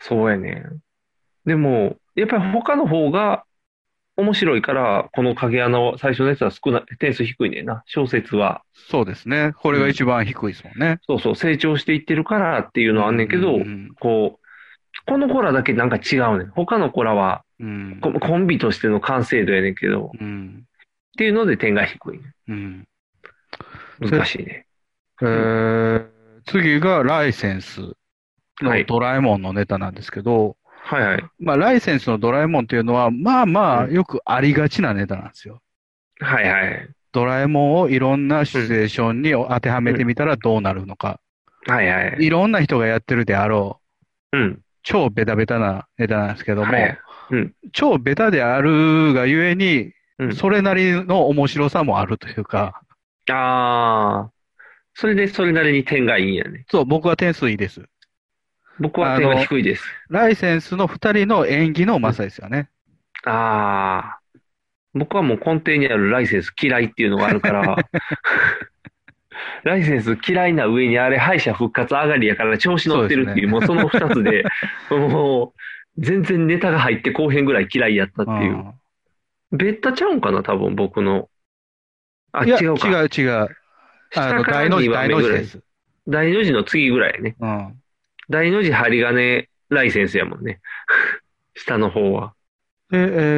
そうやね。でも、やっぱり他の方が面白いから、この影穴は最初のやつは点数低いねんな。小説は。 そうですね。これがうん。 一番低いですもんね。 そうそう、成長していってるからっていうのはあんねんけど、こう、この子らだけなんか違うねん。他の子らはうん。 コンビとしての完成度やねんけど、 うん。 っていうので点が低いね。 うん。で、 難しいね。 えうん。 ー、次がライセンスはい。 のドラえもんのネタなんですけど、 はいはい。 まあ、ライセンスのドラえもんっていうのは、まあまあ、 うん。 よくありがちなネタなんですよ。 はいはい。 ドラえもんをいろんなシうん。 チュエーションに当てはめてうん。 みたらどうなるのか。 はいはい。 いろんな人がやってるであろう、 うん。 超ベタベタなネタなんですけども、 はい。うん。 超ベタであるがゆえに、 うん。 それなりの面白さもあるというか、 ああ、それでそれなりに点がいいんやね。 そう、僕は点数いいです。 僕は点があの、 低いです。 ライセンスの二人の演技のうまさですよね。 ああ、僕はもう根底にあるライセンス嫌いっていうのがあるから、ライセンス嫌いな上にあれ敗者復活上がりやから調子乗そうですね。 ってるっていう、もうその二つで、もう全然ネタが入って後編ぐらい嫌いやったっていう。 うん。 ベッタちゃうんかな多分僕の。あ、 いや、違違うか。 う違う。 下から大の字、 2番大目ぐらい。 の字です。 大の字の次ぐらいやね。 うん。 大の字針金ライセンスやもんね。下の方は。 で、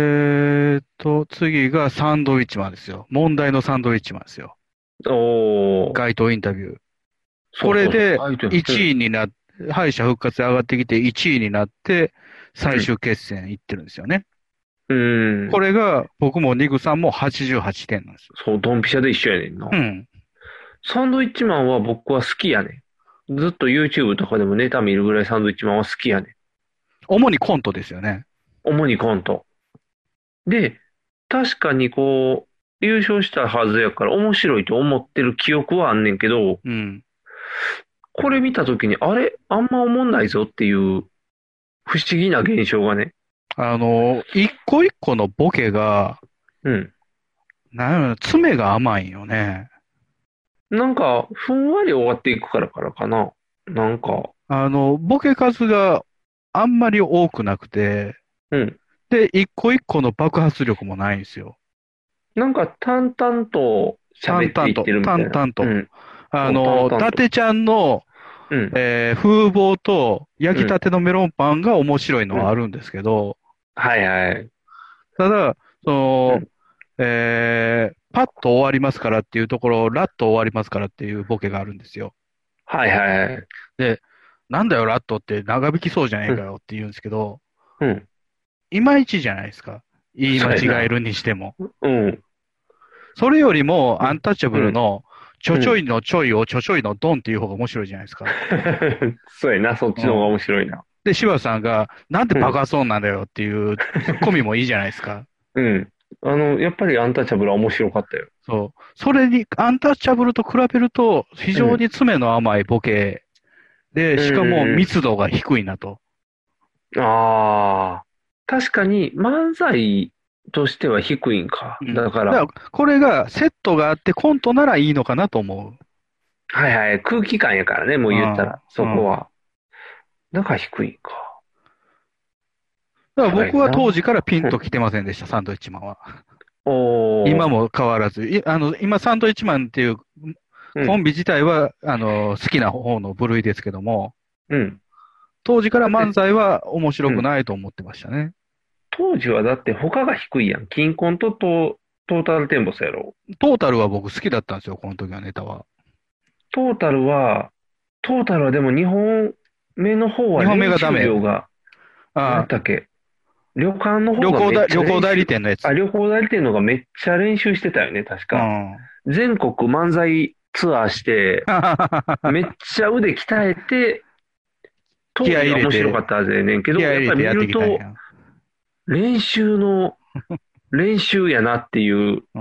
次がサンドウィッチマンですよ。問題のサンドウィッチマンですよ。 おー。 街頭インタビュー。こそうそうそう。 れで相手の。う 1位ん。 になっ敗者復活で上がってきて1位になってうん。 最終決戦行ってるんですよね。 うん。 これが僕もニグさんも88点なんですよ。 そう、ドンピシャで一緒やねんな。 うん。 サンドイッチマンは僕は好きやねん。ずっと YouTube とかでもネタ見るぐらいサンドイッチマンは好きやねん。 主にコントですよね。 主にコント。で、確かにこう、優勝したはずやから面白いと思ってる記憶はあんねんけど、 うん。 これ見たときに、あれあんま思んないぞっていう不思議な現象がね。 一個一個のボケが、 うん。 なんやろ、爪が甘いんよね。 なんか、ふんわり終わっていくからかな。なんか、 ボケ数があんまり多くなくて、 うん。 で、一個一個の爆発力もないんですよ。 なんか淡々と喋っていってるみたいな。 淡々と。 うん。そう、淡伊 々と。 達ちゃんの、 うん。 風貌と焼きたうん。 てのメロンパンが面白いのうん。 はあるんですけど、 はいはい。 ただ、その、 うん。 パッと終わりますからっていうところ、ラッと終わりますからっていうボケがあるんですよ。 はいはいはい。 で、なんだよ、ラットって長引きそうじゃねえうん。 かよって言うんですけど、 うん。 いまいちじゃないですか。言い間そうやな。 違えるにしても。 うん。 それよりも、 うん。 アンタッチャブうん。 ルの、ちょうん。 ちょいのちょいをちょちょいのドンっていう方が面白いじゃないですか。 そうやな。そっちの方がうん。 面白いな。 で、柴田さんが、なんでうん。 爆発音なんだよっていうツッコミもいいじゃないですか。 うん。やっぱりアンタッチャブルは面白かったよ。 そう。それに、アンタッチャブルと比べると、非うん。 常に爪の甘いボケで、 うしかもん。 密度が低いなと。 ああ。確かに漫才としては低いんか。 うん。 だから、 だから、これがセットがあってコントならいいのかなと思う。 はいはい。空気感やからね。もううん。 言ったら、 うん。 そこは。だから低いんか。 だからそうや僕は当時な。 からピンうん。 と来てませんでした、サンドイッチマンは。今おー。 も変わらず。今、サンドイッチマンっていううん。 コンビ自体は、好きな方の部類ですけども、 うん。 当時からだって、 漫才は面白くうん。 ないと思ってましたね。 当時はだって他が低いやん。金婚とトータルテンボスやろ。 トータルは僕好きだったんですよ、この時のネタは。 トータルは、トータルはでも2本目の方は 2本目練がダメ。 習量が、何やあ、 ったっけ？旅館の方がめっちゃ旅行代理練習、あ、 店のやつ。 旅行代理店の方がめっちゃ練習してたよね、確か。 うん。 全国漫才ツアーして、めっちゃ腕鍛えて、 気合い当時は面白か入れて、 ったはずやねんけど、 気合いやっぱり見入れてやってると、 きたんや。 練習の練習やなっていう、 うん。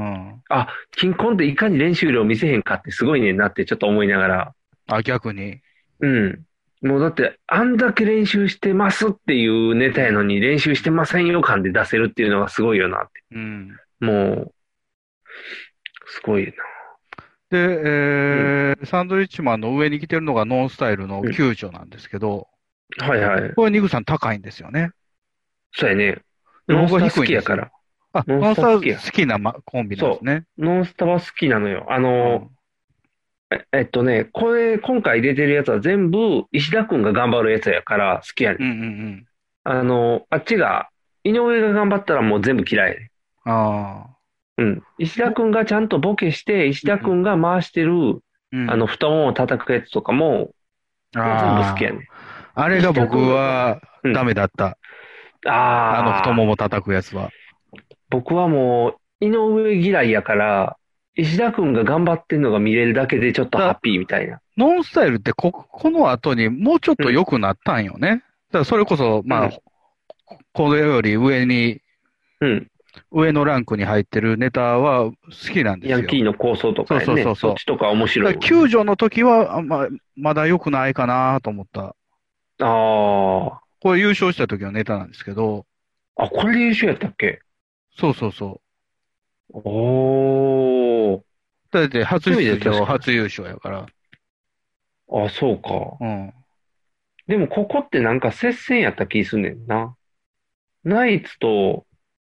あ、金婚っていかに練習量見せへんかってすごいねんなってちょっと思いながら、 あ、逆に。 うん。もうだって、あんだけ練習してますっていうネタやのに練習してませんよ感で出せるっていうのがすごいよなって。 うん。 もう、すごいな。 で、 うん、 サンドイッチマンの上に来てるのがノンスタイルのうん。 救助なんですけど、 はいはい。 これニグさん高いんですよね。 そうやね。 で、僕はノンスタ好低いんですよ。 きやから。 あ、 ノンスノンスタータ好きや。 好きな、コンビなんですそね。 う。ノンスタは好きなのよ。 うん。 これ、今回出てるやつは全部、石田くんが頑張るやつやから好きやねん。 うんうんあっちが、井上が頑張ったらもう全部嫌いやねうん。ああ。 ん。うん。石田ぼくんがちゃんとボケして、石田くうん。 んが回してる、 うん。 太ももを叩くやつとかも、全部好きやあねあ。あん。 れが僕石田くんが、 はダうん。 メだった。太ああ、 もも叩くやつは。 僕はもう、井上嫌いやから、石田くんが頑張ってんのが見れるだけでちょっとハだ、 ッピーみたいな。 ノンスタイルってこの後にもうちょっうん。 と良くなったんよね。だからそれこそ、 うん。 これよりうん。 上のランクに入ってるネタは好きなんですよ。 ヤンキーの構想とそうかやんね。 そうそうそそっちとか面う。だから白いもんね。 救助の時は、まだ良くないかなと思った。 あこれ優勝した時のネタなんですけど、 あ。あ、これで優勝やったっけ？ そうそうそう。 おー。 だって初そういう意味出場、 では確かに。 初優勝やから。 あ、そうか。 うん。 でもここってなんか接戦やった気すんねんな。ナイツと、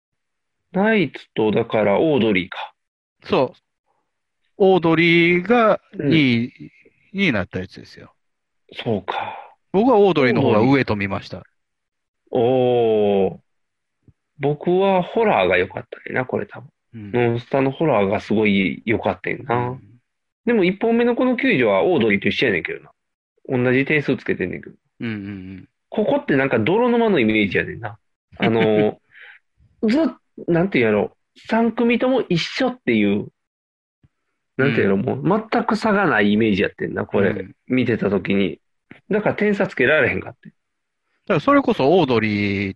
だからオードリーか。 そう。オードリーがうん。 2位になったやつですよ。 そうか。 僕はオードリーの方オードリー。 が上と見ました。 おー。僕はホラーが良かったねな、これ多分。 うん。 ノンスタのホラーがすごい良かったんな。 うん。 でも一本目のこの救助はオードリーと一緒やねんけどな。同じ点数つけてんねんけど。 うんうんうん。 ここってなんか泥沼のイメージやねんな。あの、ずっ、なんていうやろ。三組とも一緒っていう、なんていうやろ、 うん。 もう全く差がないイメージやってんな、これ。 うん。 見てた時に。だから点差つけられへんかって。 だからそれこそオードリーって、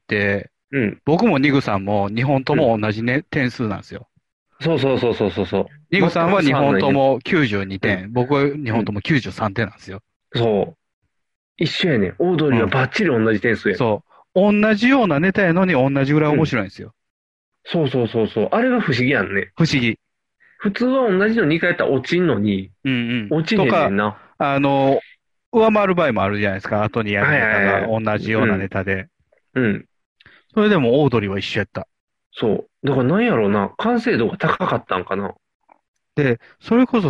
うん、 僕もニグさんも2本とうん。 も同じね、点数なんですよ。 そうそうそうそうそうそう。 ニグさん全くは2 差がないね。 本とも92 うん、 点、僕は2 うん。 本とも93点なんですよ。 そう。一緒やねん。オードリーはうん。 バッチリ同じ点数やねん。 そう。同じようなネタやのに同じぐらい面うん。 白いんですよ。 そうそうそうそう。あれが不思議やんね。 不思議。 普通は同じの2回やったら落ちんのに、 うんうん。 落ちとか、 へんねんな。 あの、上回る場合もあるじゃないですか。後にやるはいネタがはいはい。 同じようなネうん。 タで。 うん。 それでもオードリーは一緒やった。 そう。だからなんやろうな。完成度が高かったんかな。 で、それこそうん。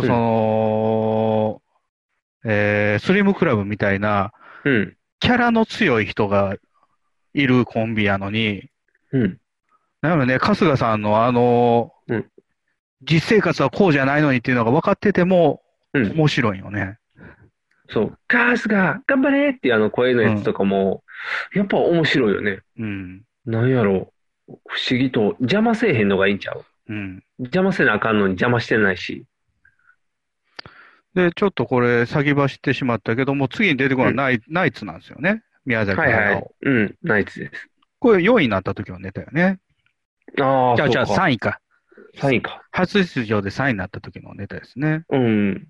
スリムクラブみたいな、 うん。 キャラの強い人がいるコンビやのに、 うん。 なのね、春日さんのうん。 実生活はこうじゃないのにっていうのが分かっててもうん。 面白いよね。 そう。カースが頑張れっていうあの声のやつうん。 とかも、やっぱ面白いよね。 うん。 なんやろう。不思議と邪魔せえへんのがいいんちゃう？ うん。 邪魔せなあかんのに邪魔してないし。 で、ちょっとこれ先走ってしまったけども、次に出てくるのはうん。 ナイツなんですよね。宮崎はいはい。 駿。 うん。ナイツです。 これ4位になった時のネタよね。 ああ、 じゃあそうか。 3位か。 3位か。 初出場で3位になった時のネタですね。 うん。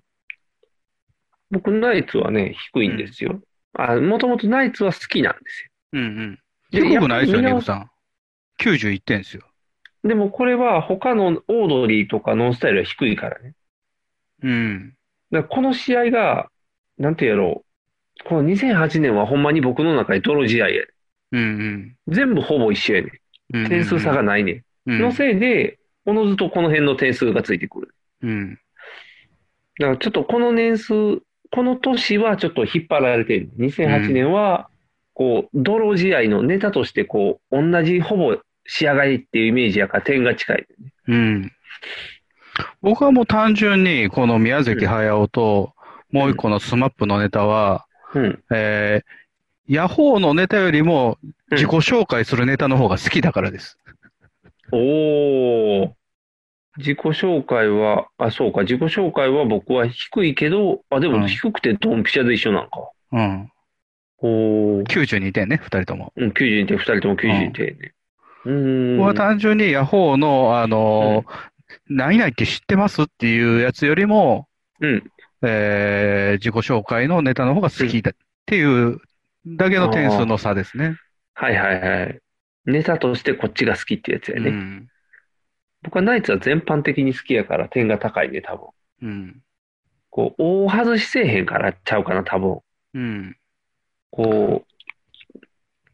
僕、ナイツはね、低いうん。 んですよ。もともとナイツは好きなんですよ。 うんうん。低で、やっぱくないですよ、 りニグさん。91点ですよ。 でもこれは他のオードリーとかノンスタイルは低いからね。 うん。 だからこの試合が、なんてやろう。この2008年はほんまに僕の中で泥試合やね。 うんうん。 全部ほぼ一緒やね。 うんう点数差がんないね。 うん。うのん。 せいで、おのずとこの辺の点数がついてくる。 うん。 だからちょっとこの年数、この年はちょっと引っ張られてる。2008 うん。 年は、こう、泥試合のネタとしてこう、同じほぼ仕上がりっていうイメージやから点が近い。 うん。僕はもう単純に、この宮崎うん、 駿と、もう一うん、 個のスマップのネタは、 うん。 えヤホーのネタよりも自己うん。 紹介するネタの方が好きだからです。 おー。自己紹介は、そうか、自己紹介は僕は低いけど、でもうん。 低くてドンピシャで一緒なんか。 うん。 おー。 92点ね、二人とも。 うん、92点、二人ともうん。 92点ね。う僕はーん、 単純にヤホーの、 うん、 何々って知ってますっていうやつよりも、 うん、 自己紹介のネタの方が好うん。 きだっていうだけあの点数のあ、 差ですね。 はいはいはい。ネタとしてこっちが好きってやつやね。 うん。 僕はナイツは全般的に好きやから点が高いね、多分。 うん。 こう、大外しせえへんからちゃうかな、多分。 うん。 こう、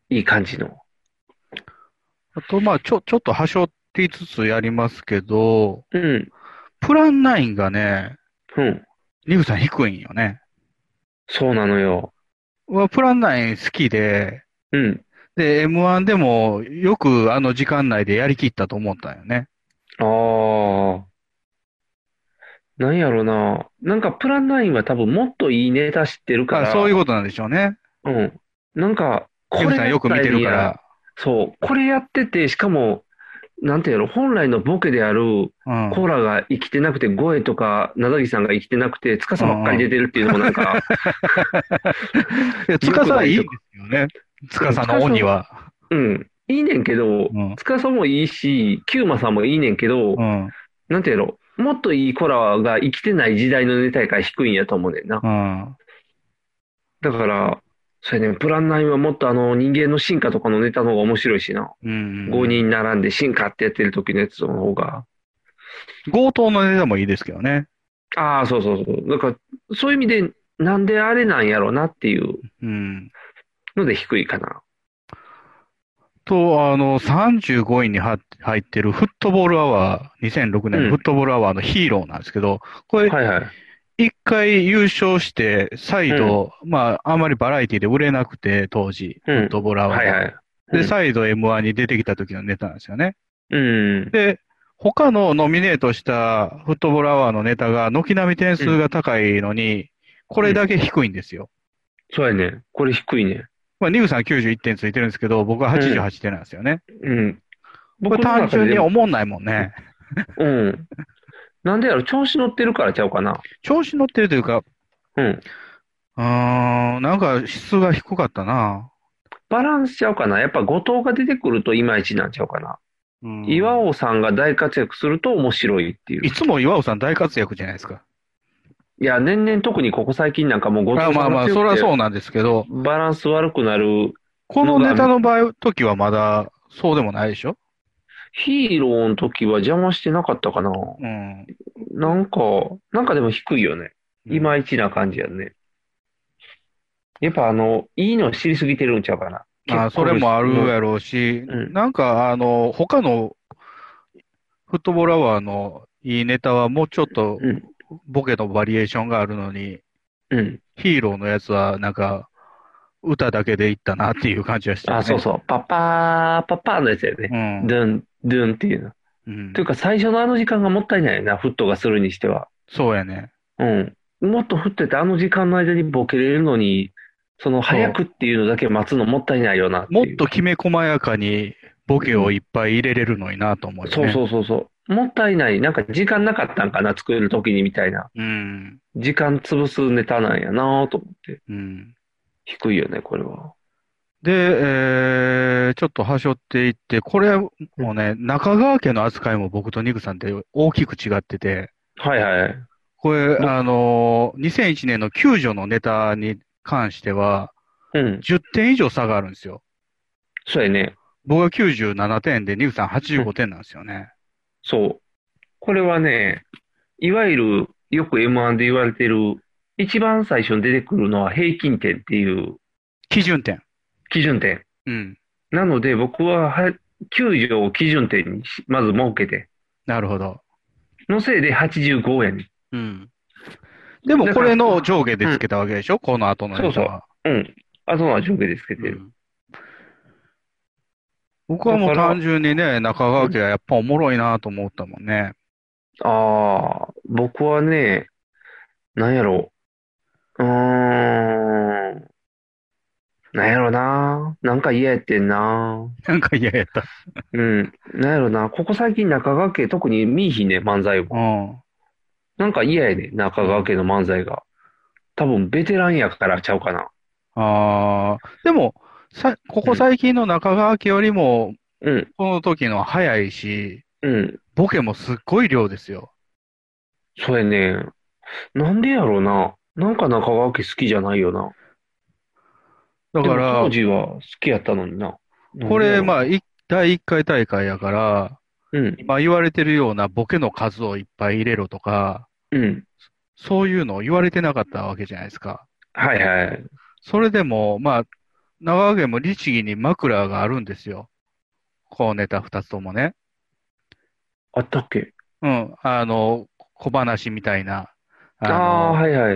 いい感じの。 あと、まあ、ちょっと端折りつつやりますけど、 うん。 プラン9がね、 うん。 ニグさん低いんよね。 そうなのよ。 プラン9好きで、 うん。 で、M1 でもよくあの時間内でやりきったと思ったんよね。 ああ。なんやろな。なんかプランナインは多分もっといいネタ知ってるかまあ、そういうら、 ことなんでしょうね。 うん。なんか、 ニグこれやったさんよく見てらいいやん。 るから。 そう。これやってて、しかも、なんていうの、本来のボケであるうん。うんコーラが生きてなくて、ゴエとか、ナダギさんが生きてなくて、司うばっかり出ん。 てるっていうのもなんか、 いや、 良く司いいんでないとか。 すよね。 うん、 司の鬼は。 うん。いいねんけど、 うん。 司もいいし、キューマさんもいいねんけど、 うん。 なんていうの、もっといいコーラが生きてない時代のネタやから低いんやと思うねんな。 うん。 だから、それね、プラン9はもっと人間の進化とかのネタの方が面白いしな。 うん。 5人並んで進化ってやってる時のやつの方が。 強盗のネタもいいですけどね。 ああ、そうそうそう。だから、そういう意味で、なんであれなんやろうなっていううん。 ので低いかな。 と、35位に入ってるフットボールアワー、2006年のフッうん。 トボールアワーのヒーローなんですけど、これ、 はいはい。 一回優勝して、再うん。 度、まあ、あんまりバラエティで売れなくて、当時、 うん。 フットボールアワーが。 はいはい。うで、 ん。 再度 M1 に出てきた時のネタなんですよね。 うん。 で、他のノミネートしたフットボールアワーのネタが軒並み点うん。 数が高いのに、こうん。 れだけ低いんですよ。 そうやね。これ低いね。 まあ、ニグさん91点ついてるんですけど、僕はうん。 88点なんですよね。 うん。 これ僕の単純に中ででも、 思んないもんね。 うん。なんでやろ、調子乗ってるからちゃうかな。 調子乗ってるというか、 うん。 なんか質が低かったな。 バランスちゃうかな。やっぱ後藤が出てくるといまいちなんちゃうかな。 うん。 岩尾さんが大活躍すると面白いっていう。 いつも岩尾さん大活躍じゃないですか。 いや、年々特にここ最近なんかもう後藤さんがまあまあ、それは強くて、 そうなんですけど、 バランス悪くなるこののが、 ネタの時はまだそうでもないでしょ？ ヒーローの時は邪魔してなかったかな。 うん。 なんか、なんかでも低いよね。いまうん。 いちな感じやね。やっぱいいの知りすぎてるんちゃうかな。 まあ、それ結構、 もあるもう、 やろうし、 うん、 なんか、他のフットボールアワーのいいネタはもうちょっとうん、 ボケのバリエーションがあるのに、 うん。 ヒーローのやつはなんか歌だけでいったなっていう感じはしたよあ、そうね。 そう。パパー、パパーのやつやね。 うん。 ドゥン、ドゥンっていうの。 うん。 というか最初のあの時間がもったいないな、フットがするにしては。 そうやね。 うん。もっと振っててあの時間の間にボケれるのに、その早そくっていうのだけ待つのもったいないよなっう。もっていう。 ときめ細やかにボケをいうん。 っぱい入れれるのになと思うよそうね。 そうそうそう。もったいない。なんか時間なかったんかな、作る時にみたいな。 うん。 時間潰すネタなんやなと思って。 うん。 低いよね、これは。 で、ちょっと端折っていって、これもうん。 ね、中川家の扱いも僕とニグさんって大きく違ってて、 はいはい。 これ、 僕、 2001年の救助のネタに関しては、 うん。 10点以上差があるんですよ。 そうやね。 僕は97点で、ニグさん85 うん。 点なんですよね。 そう。これはね、いわゆるよく M1 で言われてる、一番最初に出てくるのは平均点っていう基準点。 基準点。 うん。 なので僕は9条を基準点にまず設けて、 なるほど。 のせいで85やねうん。でもん。だかこれの上下でら、うん、 つけたわけでしょ？この後のそうそネタは。 う。うん。あとは上下でつけてる。 うん。僕はもうだから、 単純にね、中川家んがやっぱおもろいなと思ったもんね。 ああ、僕はね、なんやろなんやろな。なんか嫌やってんな。 なんか嫌やった。 うん。なんやろな。ここ最近中川家特に見いひんね、漫才を。 うん。 なんか嫌やね、中うん。 川家の漫才が。多分ベテランやからちゃうかな。 ああ、でも、ここうん。 最近の中川家よりも、 うん。 この時の早いし、 うん。 ボケもすっごい量ですよ。 そうやね。なんでやろうな。なんか中川家好きじゃないよな。でも当だから、 時は好きやったのにな。なんこれ、 でやろうな。 まあ、第1回大会やから、 うん。 今言われてるようなボケの数をいっぱい入れろとか、 うん。 そういうのを言われてなかったわけじゃないですか。 はいはい。 それでも、まあ、 長川家も律儀に枕があるんですよ。こうネタ二つともね。 あったっけ？ うん。小話みたいな、 ああ、はいはい。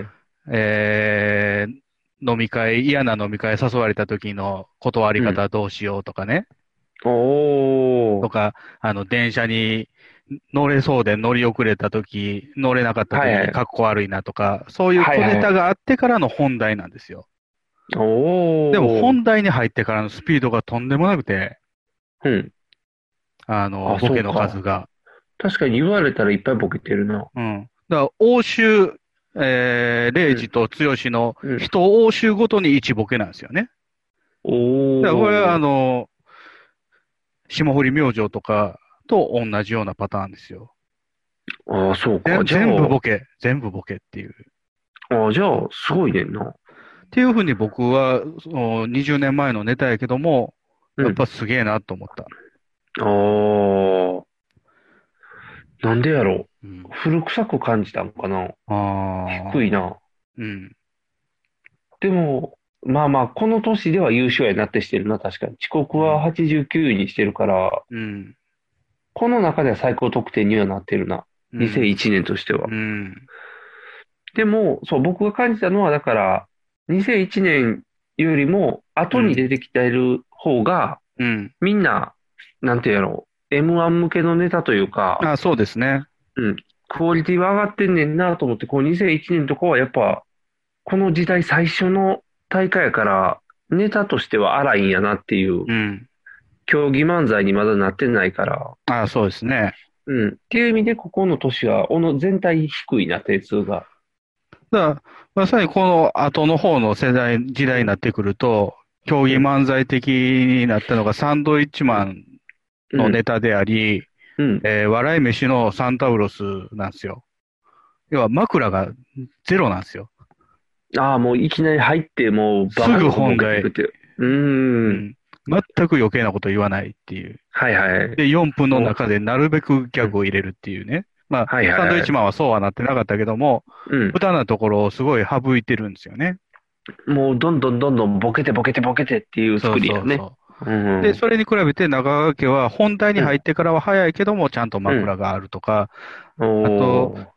飲み会、嫌な飲み会誘われた時の断りうん。 方どうしようとかね。 おー。 とか、電車に乗れそうで乗り遅れた時、乗れなかった時はいはい。 に格好悪いなとか、そういう小ネはいはい。 タがあってからの本題なんですよ。でもおー。 本題に入ってからのスピードがとんでもなくて、 うん。あ、 ボケのそうか。 数が。 確かに言われたらいっぱいボケてるな。 うん。だから、欧州、 うん。 レイジと剛のうん。 人欧州ごとに1ボケなんですよね。だからこれは、 おー。 霜降り明星とかと同じようなパターンですよ。 ああ、そうか。じゃ全部あ、 ボケ、全部ボケっていう。 じゃあ、すごいねんな。 っていうふうに僕は、その20年前のネタやけども、やっうん。 ぱすげえなと思った。 ああ、なんでやろう。 うん。 古臭く感じたのかな。低いああ、 な。 うん、 でも、まあまあ、この年では優秀やなってしてるな、確かに。遅刻はうん、 89位にしてるから、 うん、 この中では最高得点にはなってるな。 うん、 2001年としては。 うん、 でも、そう、僕が感じたのは、だから、2001年よりも後にうん、 出てきている方が、 うん。 みんな、なんていうやろう、M1 向けのネタというか、 あ、そうですね。 うん、クオリティは上がってんねんなと思って、こう2001年とかはやっぱ、この時代最初の大会やから、ネタとしては荒いんやなっていう、 うん。 競技漫才にまだなってないから、 あ、そうですね。 うん。っていう意味で、ここの年は、全体低いな、点数が。 だから、まさにこの後の方の時代うん、 になってくると、競技うん、 漫才的になったのがサンドイッチうん、 マンうん、 のネタであり、 うん。 笑い飯のサンタウロスなんですよ。要は枕がゼロなんですよ。 ああ、もういきなり入って、もうバすぐカンとボ本題。 ケていくっていう。うーん。 うん。全く余計なこと言わないっていう。 はいはい。 で、4分のも中でなるべくギう、うん。 ャグを入れるっていうね。まあ、 はいサンドイッはい。 チマンはそうはなってなかったけども、 うん。 無駄なところをすごい省いてるんですよね。 もうどんどんどんどんボケてボケてボケてっていうそう作りやね。 そうそう。 うで、 ん。 それに比べて中川家は本題にうん。 入ってからは早いけども、ちゃんとうん。 枕があるとか、あと、 おー。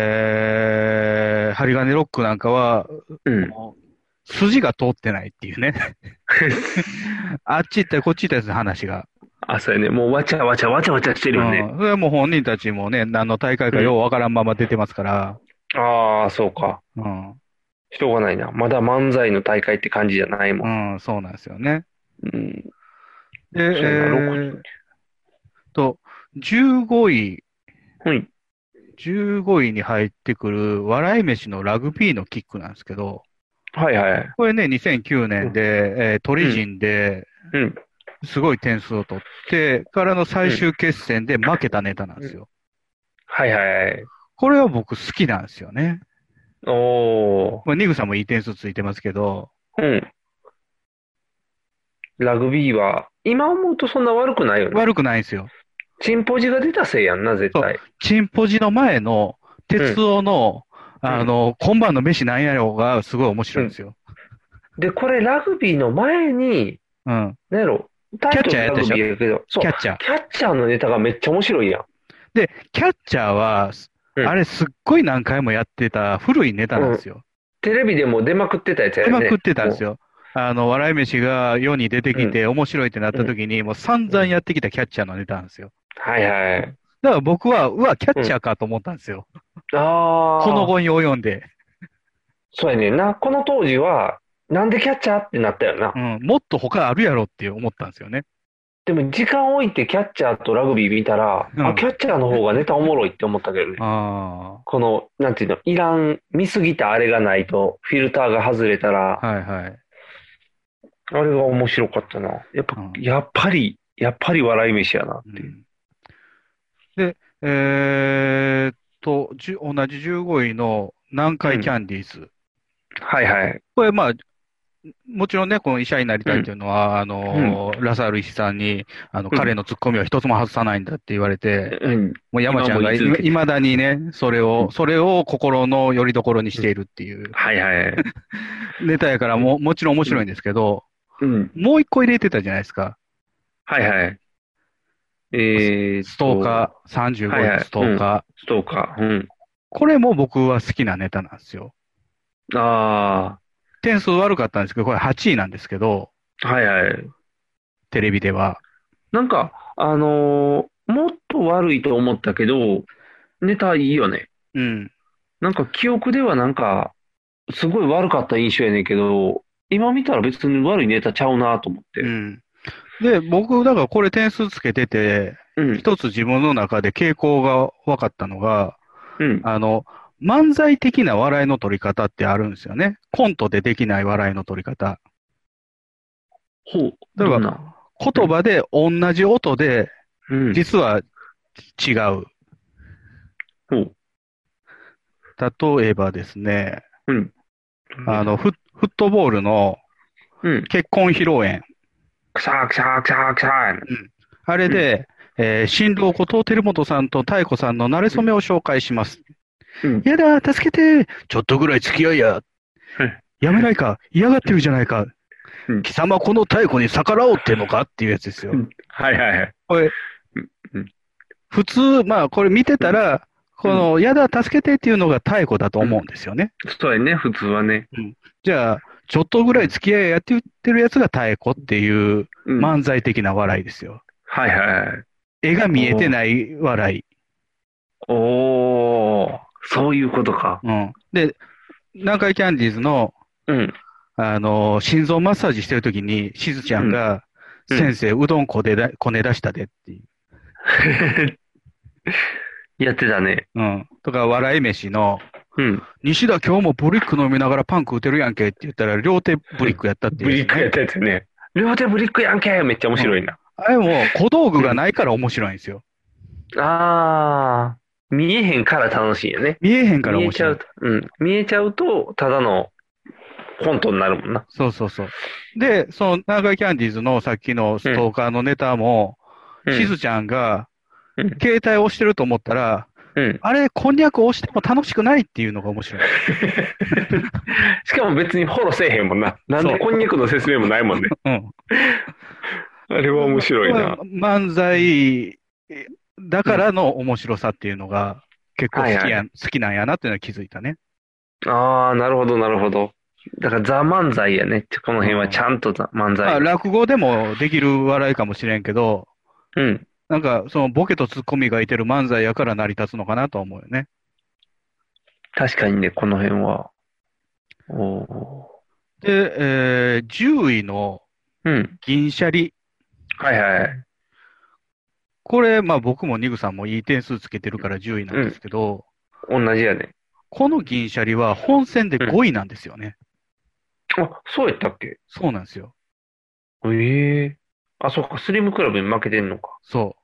針金ロックなんかは、 うん。 もう筋が通ってないっていうね。あっち行ったりこっち行ったりする話が。 あ、そうやね。もうわちゃわちゃわちゃわちゃしてるよね。 うん。それはもう本人たちもね、何の大会うん。 かようわからんまま出てますから。 ああ、そうか。 うん。 しょうがないな。まだ漫才の大会って感じじゃないもん。 うん、そうなんですよね。 うん。 で、 そうやな、6 ーと、15位、 人。はい。 15位に入ってくる笑い飯のラグビーのキックなんですけど、 はいはい。 これね、2009 うん。 年で、トリジうん。 ンでうん。 すごい点数を取ってからの最うん。 終決戦で負けたネタなんでうん。 すよ。 はいはい。 これは僕好きなんですよね。 おー。 まあ、ニグさんもいい点数ついてますけど、 うん。ラグビーは、今思うとそんな悪くないよね。 悪くないんですよ。 チンポジが出たせいやんな、絶そう、 対。 チンポジの前の、鉄うん。 夫の、 うん。 今晩の飯なんやろうがすごい面うん。 白いんですよ。 で、これラグビーの前に、 うん。 なんやろ、タキャッイトルラグチャーやったでしょ？ ビーやけど、そう、 キャッチャー。 キャッチャーのネタがめっちゃ面白いやん。 で、キャッチャーは、 うん。 あれすっごい何回もやってた古いネタなんうん。 ですよ。 テレビでも出まくってたやつやよね。 出まくってたんですもよ。笑い飯が世に出てう。うん。 きて面白いってなっうん。 た時に、もう散うん。 々やってきたキャッチャーのネタなんですよ。 はいはい。 だから僕は、うわ、キャッうん。 チャーかと思ったんですよ。このああ、 後に及んで。 そうやねんな。この当時は、なんでキャッチャーってなったよな。 うん、もっと他あるやろって思ったんですよね。 でも時間置いてキャッチャーとラグビー見たら、あ、キうん。 ャッチャーの方がネタおもろいって思ったけどね。 あこの、なんていうの、見すぎたあれがないと、フィルターが外れたら、 あ、はいはい。 あれが面白かったな。 うん。 やっぱり笑い飯やなっていう。 うん。で、同じ15位の南海キうん。 ャンディーズ。 はいはい。 これ、まあ、もちろんね、この医者になりたいってうん。 いうのは、 うん。 ラサール石さんに、 うん。 彼のツッコミは一つも外さないんだって言われて、 うん。 もう山今もちゃんが言い続けてる。 いまだにね、 うん。 それを心の拠り所にしうん。 ているっていうはいはい。 ネタやからもちろん面うん。 白いんですけど、 うん。 もう一個入れてたじゃないですか。 はいはい。 ストーカー、35位のスはいはい。うん。 トーカー。 ストーカー。うん。 これも僕は好きなネタなんですよ。 あ点数悪かったんですけど、これ8位なんですけど、 あ、はいはい。 テレビでは。 なんか、もっと悪いと思ったけど、ネタいいよね。 うん。 なんか記憶ではなんか、すごい悪かった印象やねんけど、今見たら別に悪いネタちゃうなと思って。 うん。で、僕、だからこれ点数つけてて、 うん、 一つ自分の中で傾向が分かったのが、 うん。 あの、漫才的な笑いの取り方ってあるんですよね。コントでできない笑いの取り方。 ほう、 例えば、 どんな。うん、 言葉で同じ音で、 うん、 実は違う。 ほう、 例えばですね、 うん。 フットボールのうん。 結婚披露宴。 くしゃーくしゃーくしゃーくしゃーやな。 うん。あれうん、 で、新郎こと照本さんと妙子さんの馴れうん、 初めを紹介します。 うん、 やだ、助けて、ちょっとぐらい付き合いや。やめないか、嫌がってるじゃないか。 うん、 貴様この妙子に逆らおうってんのかっていうやつですよ。 うん。はいはいはい。 これ、 うん、うん、 普通、まあこれ見てうん、 たら、こうん、 の、やだ、助けてっていうのが妙子だとうん。 思うんですよね。 そうやね、普通はね。 うん。じゃあ、ちょっとぐらい付き合いやって言ってるやつが妙子っていううん。 漫才的な笑いですよ。 はいはいはい。 絵が見えておー、 ない笑い。 おー、そういうことか。 うん。で、南海キャンディーズの、 うん、 心臓マッサージしてるときに、しずちゃうん、 んが、 うん。 先生、うどんこね出したでっていう。 やってたね。 うん。とか、笑い飯の、 うん。 西田今日もブリック飲みながらパンク打てるやんけって言ったら、両手ブリックやったっていうやつね。 ブリックやったやつね。両手ブリックやんけめっちゃ面うん。 白いな。 あれも小道具うん。 がないから面白いんですよ。 あー、見えへんから楽しいよね。 見えへんから面白い。 見えちゃうと、うん。見えちゃうと、ただのコントになるもんな。 そうそうそう。で、その南海キャンディーズのさっきのスうん、 トーカーのネタも、 うん、 しずちゃんがうん、 携帯を押してると思ったら、 うん。 あれ、こんにゃく押しても楽しくないっていうのが面白い。 しかも別にフォローせえへんもんな。なんそう。 でこんにゃくの説明もないもんね。 うん。 あれは面白いな。 漫才だうん。 からの面白さっていうのが結構はいはい。 好きなんやなっていうのは気づいたね。 ああ、なるほど、なるほど。だからザ漫才やね。この辺はちうん。 ゃんとザ漫まあ、 才。 落語でもできる笑いかもしれんけど、 うん。 なんか、そのボケとツッコミがいてる漫才やから成り立つのかなと思うよね。 確かにね、この辺は。おー。 で、10位のうん。 銀シャリ。 はいはい。 これ、まあ僕もニグさんもいい点数つけてるから10位なんですうん。 けど、 同じやね。 この銀シャリは本戦でうん。 5位なんですよね。 あ、そうやったっけ？ そうなんですよ。 ええ。あ、そっか、スリムクラブに負けてんのか。 そ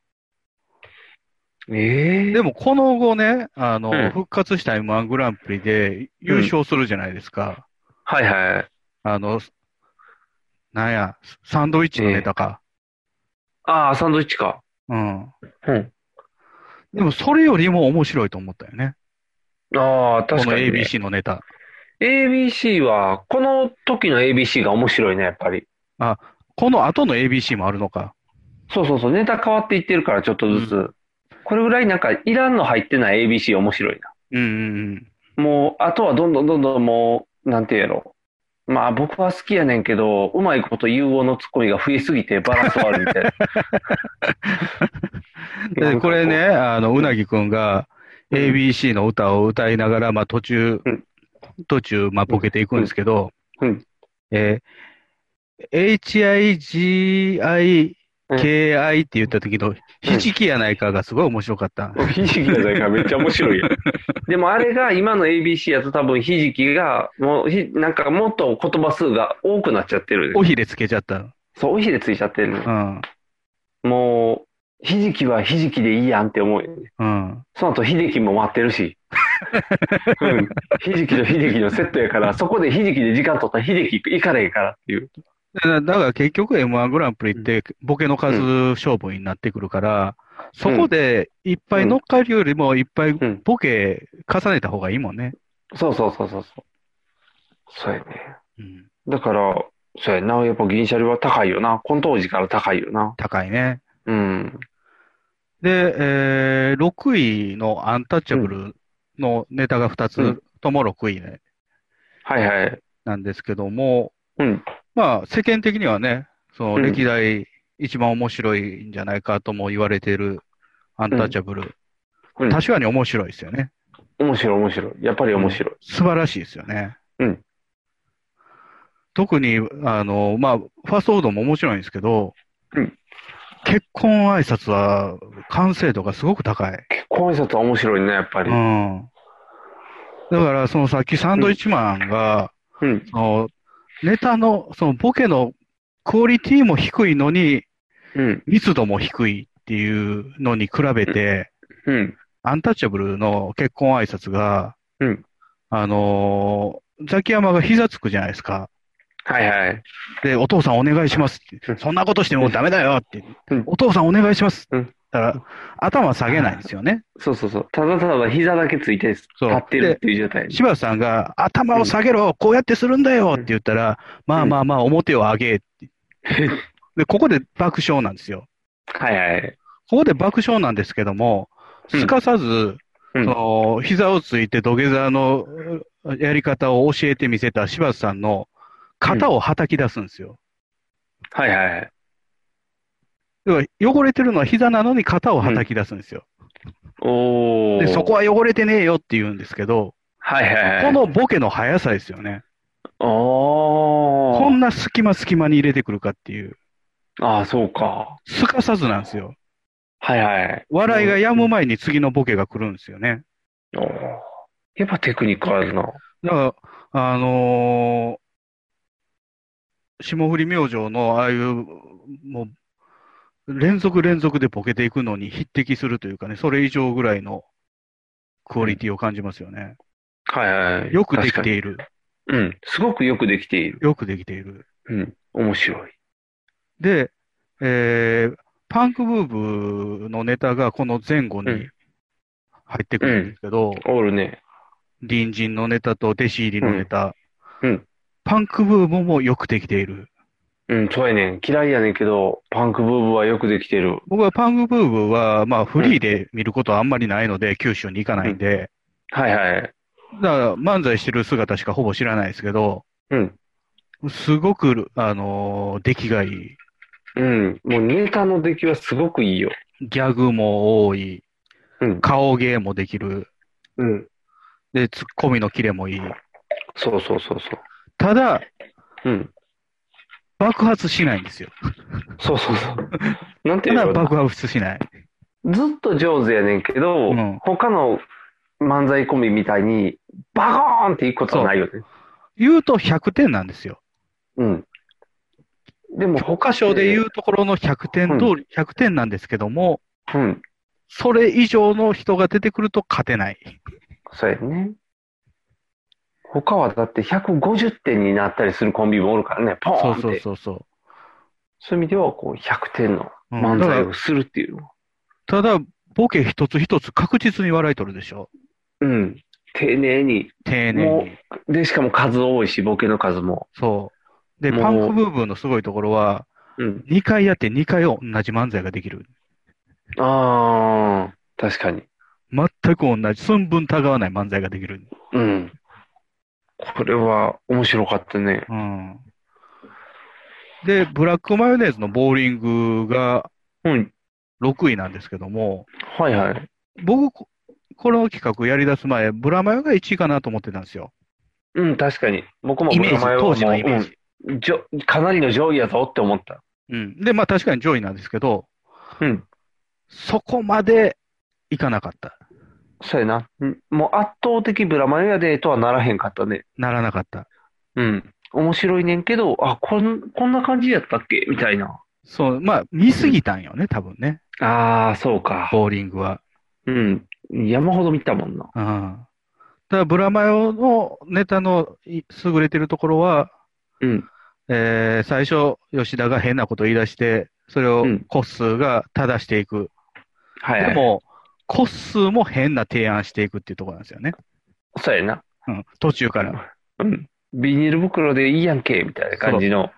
う。でええ。 もこの後ね、 うん。 復活した M1 グランプリで優うん。 勝するじゃないですか。 はいはい。 あの、なんや、サンドイッチのネええ。 タか。 ああ、サンドイッチか。 うん。 うん。 でもそれよりも面白いと思ったよね。 ああ、 この確かにね。 ABC のネタ。 ABC は、この時の ABC が面白いね、やっぱり。 あ、この後の ABC もあるのか。 そうそうそう、ネタ変わっていってるから、ちょっとうん。 ずつ。これぐらいなんか、いらんの入ってない ABC 面白いな。 うんうんうん。 もう、あとはどんどんどんどんもう、なんていうやろ。まあ僕は好きやねんけど、うまいこと融合のツッコミが増えすぎてバランス悪いみたいな。なで、 んこれね、 かこうう、うん、 なぎくんがうん、 ABC の歌を歌いながら、まあうん、 途中、まあうん、 ボケていくんうん、 ですけど、 うん、 えうん、 HIGIKI って言った時の、 うん。 ひじきやないかがすごい面白かった。 ひじきやないからめっちゃ面白いやん。でもあれが今の ABC やと多分ひじきが、もうなんかもっと言葉数が多くなっちゃってる。 おひれつけちゃった。 そう、おひれついちゃってるの。 うん。 もう、ひじきはひじきでいいやんって思うよね。 うん。 その後、秀樹も待ってるし。うん。ひじきと秀樹のセットやから、そこでひじきで時間取ったら秀樹行かれへんからっていう。 だから結局 M1 グランプリっうん。 てボケの数うん。 勝負になってくるから、そこうん。 でいっぱうん。 い乗っかるよりもいっぱいうん。 ボケ重ねた方がいいもんね。 そうそうそうそうそう。そうやね。 うん。 だから、 そうやな。やっぱ銀シャリは高いよな。この当時から高いよな。 高いね。 うん。 で、6位のアンタッチャブうん。 ルのネタが2 うん。 つとも6位ね、 はいはい。 なんですけども、 うん。 まあ、世間的にはね、そのうん。 歴代一番面白いんじゃないかとも言われているアンうん。 タッチャブル。 うん。 確かに面白いですよね。 面白い面白い。やっぱりうん。 面白い。 素晴らしいですよね。 うん。 特に、まあ、ファーストフードも面白いんですけど、 うん。 結婚挨拶は完成度がすごく高い。 結婚挨拶は面白いね、やっぱうり。 ん。だから、そのさっきサンうん。 ドイッチマンが、 うん。 そのネタの、そのボケのクオリティも低いのに、 うん。 密度も低いっていうのに比べうん。 て、 うん。 アンタッチャブルの結婚挨拶が、 うん。 ザキヤマが膝つくじゃないですか。 はいはい。 で、お父さんお願いしますって。 うん。 そんなことしてもダメだよって。 うん。 お父さんお願いします。 うん。 だから、頭下げないんであすよね。 そうそうそう。ただただ膝だけついて立そう。で、 ってるっていう状態ね。 柴田さんが、頭をうん。 下げろこうやってするんだよってうん。 言ったら、まうん。 あまあまあ、表を上げって。で、ここで爆笑なんですよ。 はいはい。 ここで爆笑なんですけども、すうん。 かさず、そうん。 の、膝をついて土下座のやり方を教えてみせた柴田さんのうん。 肩を叩き出すんですよ。 はいはい。 要は汚れてるのは膝なのに肩をうん。 叩き出すんですよ。で、そこおー。 は汚れてねえよって言うんですけど、 はいはいこはい。 のボケの速さですよね。こおー。 んな隙間に入れてくるかっていう、 ああ、そうか。 すかさずなんですよ。 はいはい。 笑いがもう、うん。 止む前に次のボケが来るんですよね。 おー。やっぱテクニックあるな。 だから、霜降り明星のああいう、もう、連続でボケていくのに匹敵するというかね、それ以上ぐらいのクオうん。 リティを感じますよね。 はいはい。 よくで確かに。 きている。 うん。すごくよくできている。 よくできている。 うん。面白い。 で、えーパンクブーブーのネタがこの前後にうん。 入ってくるんですうん。 けど、 おるね。 隣人のネタと弟子入りうん。 のネタ、 うん。 パンクブーブーもよくできている。 うん、そうやねん。嫌いやねんけど、パンクブーブーはよくできてる。 僕はパンクブーブーは、まあフうん。 リーで見ることはあんまりないので、九州に行かなうん。 いんで、 はいはい。 だから漫才してる姿しかほぼ知らないですけど、 うん。 すごく、出来がいい。 うん。もうネタの出来はすごくいいよ。 ギャグも多い。 うん。 顔芸もできる。 うん。 で、ツッコミのキレもいい。 そうそうそうそう。 ただ、 うん。 爆発しないんですよ。 そうそうそう。なんてたいうのかな。 だ爆発しない。 ずっと上手やねんけど、 うん。 他の漫才コンビみたいに、バコーンっていくことはそう。 ないよね。 言うと100点なんですよ。 うん。でも教科他っ書で言て、 うところの100点うん。 通り、100点なんですけども、 うん。 それ以上の人が出てくると勝てない。 そうやね。他はだって150点になったりするコンビもおるからね、ポそうそうーンって。 そうそそういう意味では、こう、100点のう。うん。 漫だから、 才をするっていうのは。 ただ、ボケ一つ一つ確実に笑い取るでしょ。 うん。丁寧に。 丁寧もに。 う、で、しかも数多いし、ボケの数も。 そう。で、パンクもブーブーのすごいところは、 う、うん。 2回やって2回同じ漫才ができる。 ああ、確かに。 全く同じ、寸分たがわない漫才ができる。 うん。これは面白かったね。 うん。で、ブラックマヨネーズのボーリングがうん。 6位なんですけども、 はいはい。 僕、この企画やり出す前、ブラマヨが1位かなと思ってたんですよ。 うん、確かに。僕もブライメージ、当時のマヨはもう、 イメージ。 かなりの上位やぞって思った。 うん。で、まあ確かに上位なんですけど、 うん。 そこまでいかなかった。 そうやな。もう圧倒的ブラマヨやでとはならへんかったね。 ならなかった。 うん。面白いねんけど、あ、こんな感じやったっけみたいな。 そう、まあ見すうん。 ぎたんよね、多分ね。 ああ、そうか。 ボーリングは。 うん。山ほど見たもんな。 うん。ただ、ブラマヨのネタの優れてるところは、 うん。 最初、吉田が変なこと言い出して、それをうん。 コッスーが正していく。 はいはい。 でも、コッスーも変な提案していくっていうところなんですよね。 そうやな。 うん、途中から。 うん。ビニール袋でいいやんけ、みたいな感そう。 じの。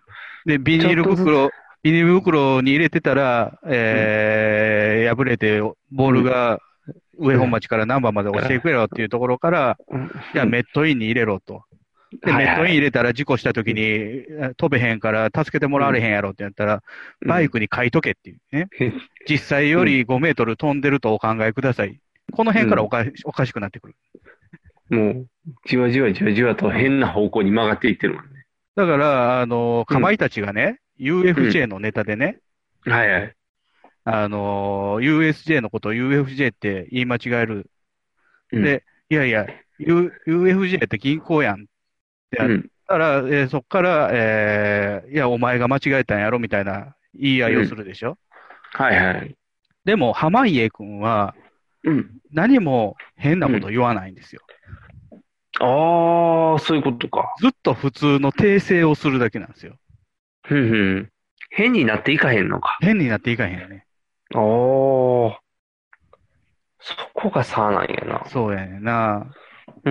で、 ちょっとずつ。 ビニール袋に入れてたら、 うん。 破れて、ボーうん。 ルが上うん。 本町から難波まで教えてくれろっていうところから、 うん。 じゃあメットインに入れろと。で、メットイン入はいはい。 れたら事故した時にうん。 飛べへんから助けてもらわれへんうん。 やろって言ったら、 うん。 バイクに書いとけっていうね。実際ようん。 り5メートル飛んでるとお考えください。このうん。 辺からおかしくなってくる。 もう、じわじわじわじわとうん。 変な方向に曲がっていってるもんね。 だから、 うん。 かまいたちがね、 う UFJ ん。 のネタでね、 はいはい。 USJ のことを UFJ って言い間違える。 うん。 で、いやいや、UFJ って銀行やんってやっうん。 たら、そっから、いや、お前が間違えたんやろみたいな言い合いをすうん。 るでしょ。 はいはい。 でも、濱家君はうん。 何も変なうん。 こと言わないんですよ。 ああ、そういうことか。 ずっと普通の訂正をするだけなんですよ。 ふんふん。変になっていかへんのか。 変になっていかへんよね。 おー、そこが差なんやな。 そうやねんな。 うん。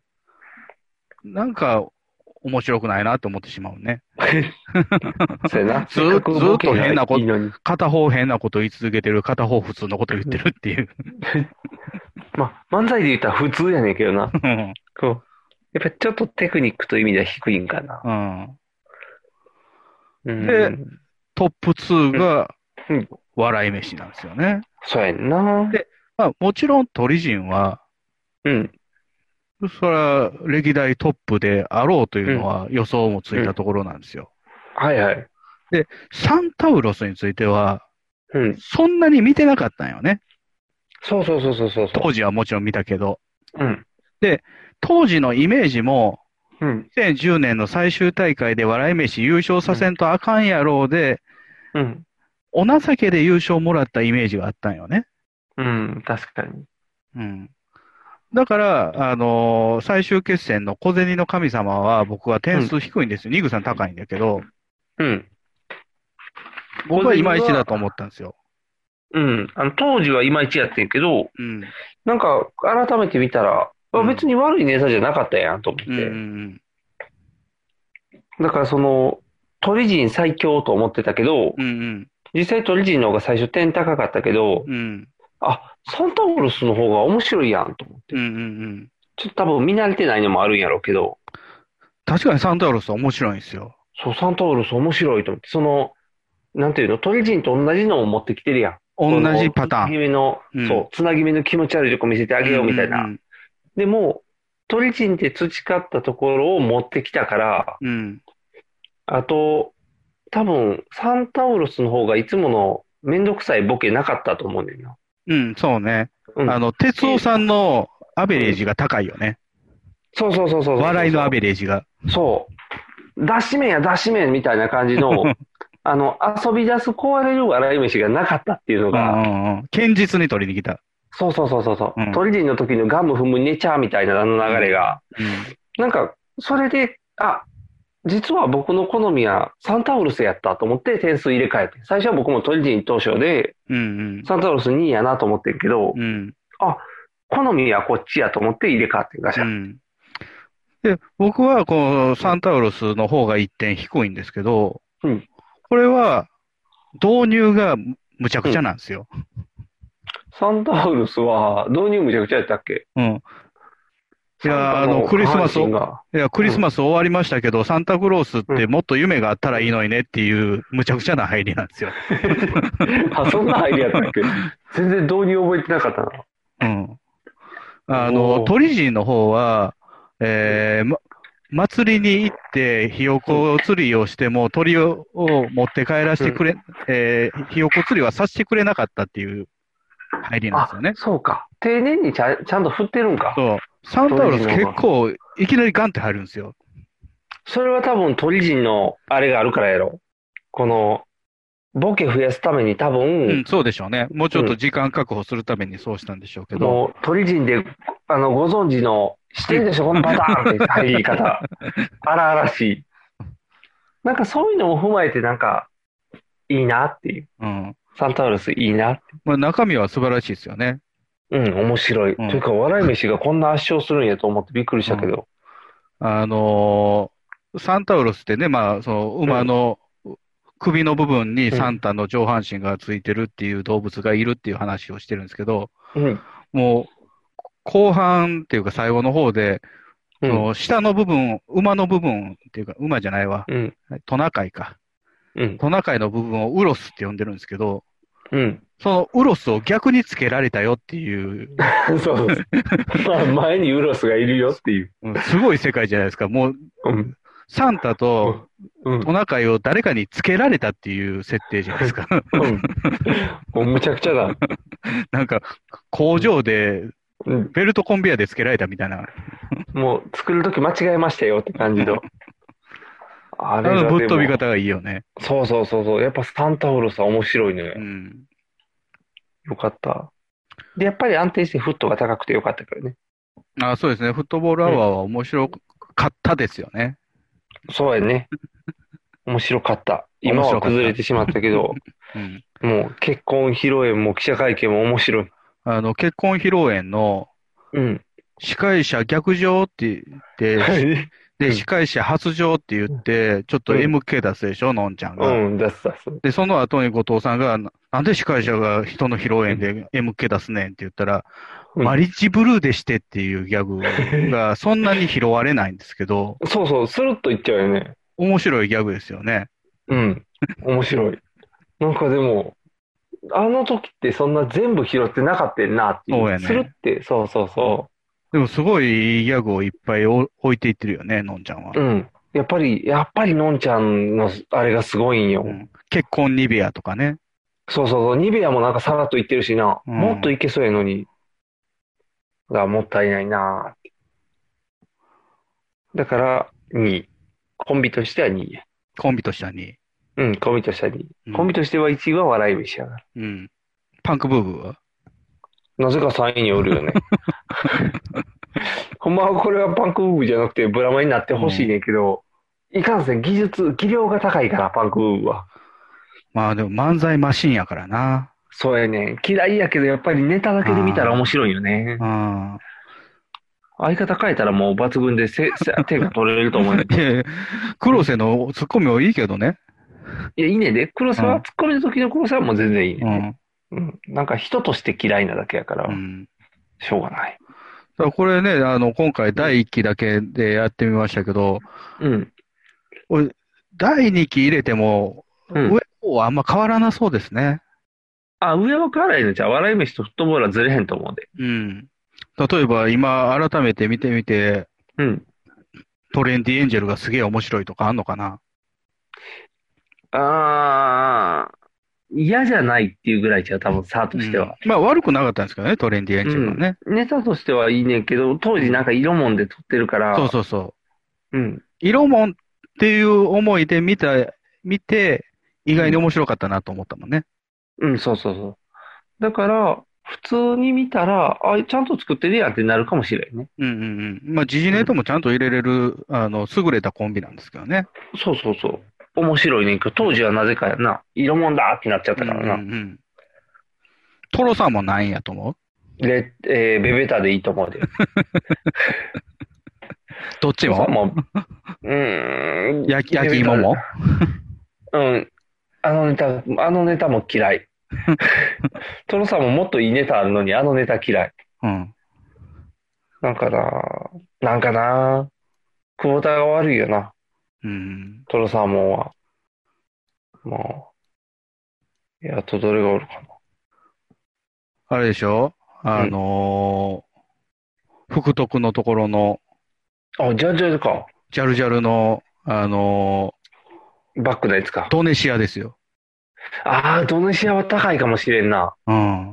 なんか、面白くないなと思ってしまうね。 そうやな。せっかくずーっとボケがい変なこと、 いのに。 片方変なこと言い続けてる、片方普通のこと言ってるっていう。 まあ、漫才で言ったら普通やねんけどな。こう。やっぱちょっとテクニックという意味では低いんかな。 うん。 うで、 ん。 トップ2 うん。 がうん。 笑い飯なんですよね。 そうやんな。 で、まあもちろん鳥人は、 うん。 それは歴代トップであろうといううん。 のは予想もつうん。 いたところなんですよ。 はいはい。 で、サンタウロスについては、 うん。 そんなに見てなかったんよね。 そうそうそうそうそうそ当時はもちろん見たけど。 う。うん。 で、当時のイメージも、 うん。 2010年の最終大会で笑い飯優勝うん。 させんとあかんやろうで、 うん。 お情けで優勝もらったイメージがあったんよね。 うん。確かに。 うん。だから、最終決戦の小銭の神様は僕は点うん。 数低いんですよ。ニグさん高いんだけど、 うん。小僕はいまいちだと思銭は、 ったんですよ。 うん。当時はいまいちやってんけど、 うん。 なんか、改めて見たら、 うん。 別に悪いネタじゃなかったやんと思っうん。うて。 ん。 だから鳥人最強と思ってたけど、 うん。うん。 実際鳥人の方が最初点高かったけど、 うん。 あ、サンタウロスの方が面白いやんと思っうん。 て。 うん。 ちょっと多分見慣れてないのもあるんやろうけど、 確かにサンタウロスは面白いんですよ。 そう、サンタウロス面白いと思って、なんていうの、鳥人と同じのを持ってきてるやん。 同じパつなタぎ目の、 ーン。うん。 そう、つなぎ目の気持ち悪いとこ見せてあうん。 げようみたいな。 うん。 でも、鳥人って培ったところを持ってきたから、 うん。 あと、多分、サンタウロスの方がいつものめんどくさいボケなかったと思うねんな。 うん。そうね。 うん。 哲夫さんのアベうん。 レージが高いよね。 そうそうそうそうそ笑いのアうそベレージが。 う。そう。脱脂麺や脱脂麺みたいな感じの、遊び出す壊れる笑い飯がなかったっていうのうんうが、 んうん。堅実に取りに来た。 そうそうそうそうそう。 うん。 鳥人の時のガム踏む寝ちゃうみたいなあのうん。 流れが、 うん。 なんか、それで、実は僕の好みはサンタウルスやったと思って点数入れ替えて。最初は僕も鳥人一等賞で、 うん。 サンタウルス2位やなと思ってんけど、 うん。 あ、好みはこっちやと思って入れ替わってんガシャ。 うん。で、僕はこのサンタウロスの方が1点低いんですけど、 うん、 これは導入がむちゃくちゃうん。 なんですよ。 サンタウルスは導入むちゃくちゃやったっけ？ うん。いサンタや、 の下半身が。 クリスうん、 マス終わりましたけど、サンタクロースっうん。 てもっと夢があったらいいのにねっていうむちゃくちゃな入りなんですよ。 あ、そんな入りやったっけ？全然導入覚えてなかったな。 うん。 おー。 鳥人の方は、 うん、 祭りに行ってひようん、 こ釣りをしても鳥を持って帰らせうん。 てくれ、ひよこ釣りはさせてくれなかったっていう入りなんですよあ、 ね。 そうか。丁寧にちゃんと振ってるんか。 そう。サンタウロス鳥人の方が。 結構いきなりガンって入るんですよ。 それは多分鳥人のあれがあるからやろ。この、ボケ増やすために多分、 うん、そうでしょうね。もうちょっとうん、 時間確保するためにそうしたんでしょうけど。 もう鳥人で、ご存知の、知ってるでしょ、このパターンって入り方。荒々しい。なんかそういうのも踏まえてなんか、いいなっていう。 うん。 サンタウルスいいなって。 まあ、中身は素晴らしいですよね。 うん、面白い。 うん。 というか、笑い飯がこんな圧勝するんやと思ってびっくりしうん。 たけど。 あのーサンタウロスってね、まあ、その馬の首の部分にサンタの上半身がついてるっていう動物がいるっていう話をしてるんですけど、 うん。 もう、後半っていうか最後の方で、そうん。 の下の部分、馬の部分っていうか、馬じゃないわ。 うん。 トナカイか。 うん。 トナカイの部分をウロスって呼んでるんですけど、 うん。 そのウロスを逆につけられたよっていう、 そうです。まあ、前にウロスがいるよっていう。 すごい世界じゃないですか。もう、 うん。 サンタとうん。 トナカイを誰かにつけられたっていう設定じゃないですか。 うん。もうむちゃくちゃだ。 なんか、工場でうん。 ベルトコンベヤーでつけられたみたいな。 もう作るとき間違えましたよって感じの。あれがぶっでも、 飛び方がいいよね。 そうそうそうそう。やっぱサンタウロスは面白いね。 うん。 よかった。で、やっぱり安定してフットが高くてよかったからね。 あ、そうですね。フットボールアうん。 ワーは面白かったですよね。 そうやね。面白かった。 面今は白かった。 崩れてしまったけど、 うん。 もう結婚披露宴も記者会見も面白い。 結婚披露宴のうん。 司会者逆上って言って、 はい。 で、司うん。 会者初上って言って、ちょっとうん。 MK 出すでしょ、のんちゃんが。 うん。出す出す。 で、その後に後藤さんが、なんで司会者が人の披露うん。 宴で MK 出すねんって言ったら、 うん。 マリッジブルーでしてっていうギャグがそんなに拾われないんですけど、 そうそう、スルッと言っちゃうよね。 面白いギャグですよね。 うん。面白い。なんかでも、あの時ってそんな全部拾ってなかったよなっていう。スルっそうやね。 て、そうそうそでもすごいいいギャグをいっぱい置いていってるよね、のんちゃんは。 う。うん。やっぱりのんちゃんのあれがすごいんよ。 うん。結婚ニベアとかね。 そうそうそう。ニベアもなんかさらっと言ってるしな。 うん。 もっといけそうやのに。がもったいないな。だから2位。コンビとしては2位や。 コンビとしてはに。 うん、コンビとしては2位。 うん。 コンビとしては1位は笑い飯やから。 うん。パンクブーブーは？ なぜか3位におるよね。ほんまはこれはパンクブーブーじゃなくてブラマになってほしいうん。 ねんけど、いかんせん技量が高いから、パンクブーブーは。 まあでも漫才マシンやからな。 そうやねん。嫌いやけど、やっぱりネタだけで見たら面あ白いよね。 あ。あ相方変えたらもう抜群で手が取れると思うねんあ。いけど。 やいや、黒瀬のツッコミもいいけどね。 いや、いいねんで。黒沢、 うん。 ツッコミの時の黒沢も全然いいねんで。 うん。 うん。なんか人として嫌いなだけやから、 うん。 しょうがない。 だからこれね、今回うん。 第1期だけでやってみましたけど、 うん。 これ第2期入れても、 うん。 上の方はあんま変わらなそうですね。 あ、上は変わらへんのじゃあ、笑い飯とフットボールはずれへんと思うで。 うん。例えば今改めて見てみて、 うん。 トレンディエンジェルがすげえ面白いとかあんのかな？ あ嫌じゃないっていうぐらいじゃ多分差とうん。 しては。 まあ悪くなかったんですけどね、トレンディエンうん。 ジェルはね。 ネタとしてはいいねんけど、当うん。 時なんか色もんで撮ってるかそうら、 そうそう。 うん。 色もんっていう思いで見て、意うん。 外に面白かったなと思ったもんね。 うん、そうそうそう。だから、普通に見たら、あ、ちゃんと作ってるやんってなるかもしれんね。 うんうんうん。まあ時事うん。 ネタもちゃんと入れれる、優れたコンビなんですけどね。 そうそうそう。面白いねんけど、当時はなぜかやな。色もんだってなっちゃっうんうんうたからな。 ん。トロさんも何位やと思う？ で、ベベタでいいと思うで。 どっちも？ 父さんも、ベベタ、 焼き芋も？ うん。あのネタも嫌い。トロさんももっといいネタあるのに、あのネタ嫌い。 うん。 なんかな、なんかな、久保田が悪いよな。 うん。 トロサーモンは。もあとどれがおるかあれでしょ？ な。うん。 福徳のところの、 あ、ジャルジャルか。 ジャルジャルの、 バックのやつか。 ドネシアですよ。 ああ、ドネシアは高いかもしれんな。 うん。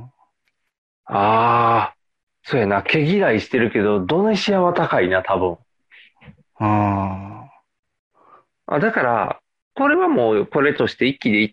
ああ、そうやな。毛嫌いしてるけど、ドネシアは高いな、多分。 ああ、だから、これはもうこれとして1期でいって、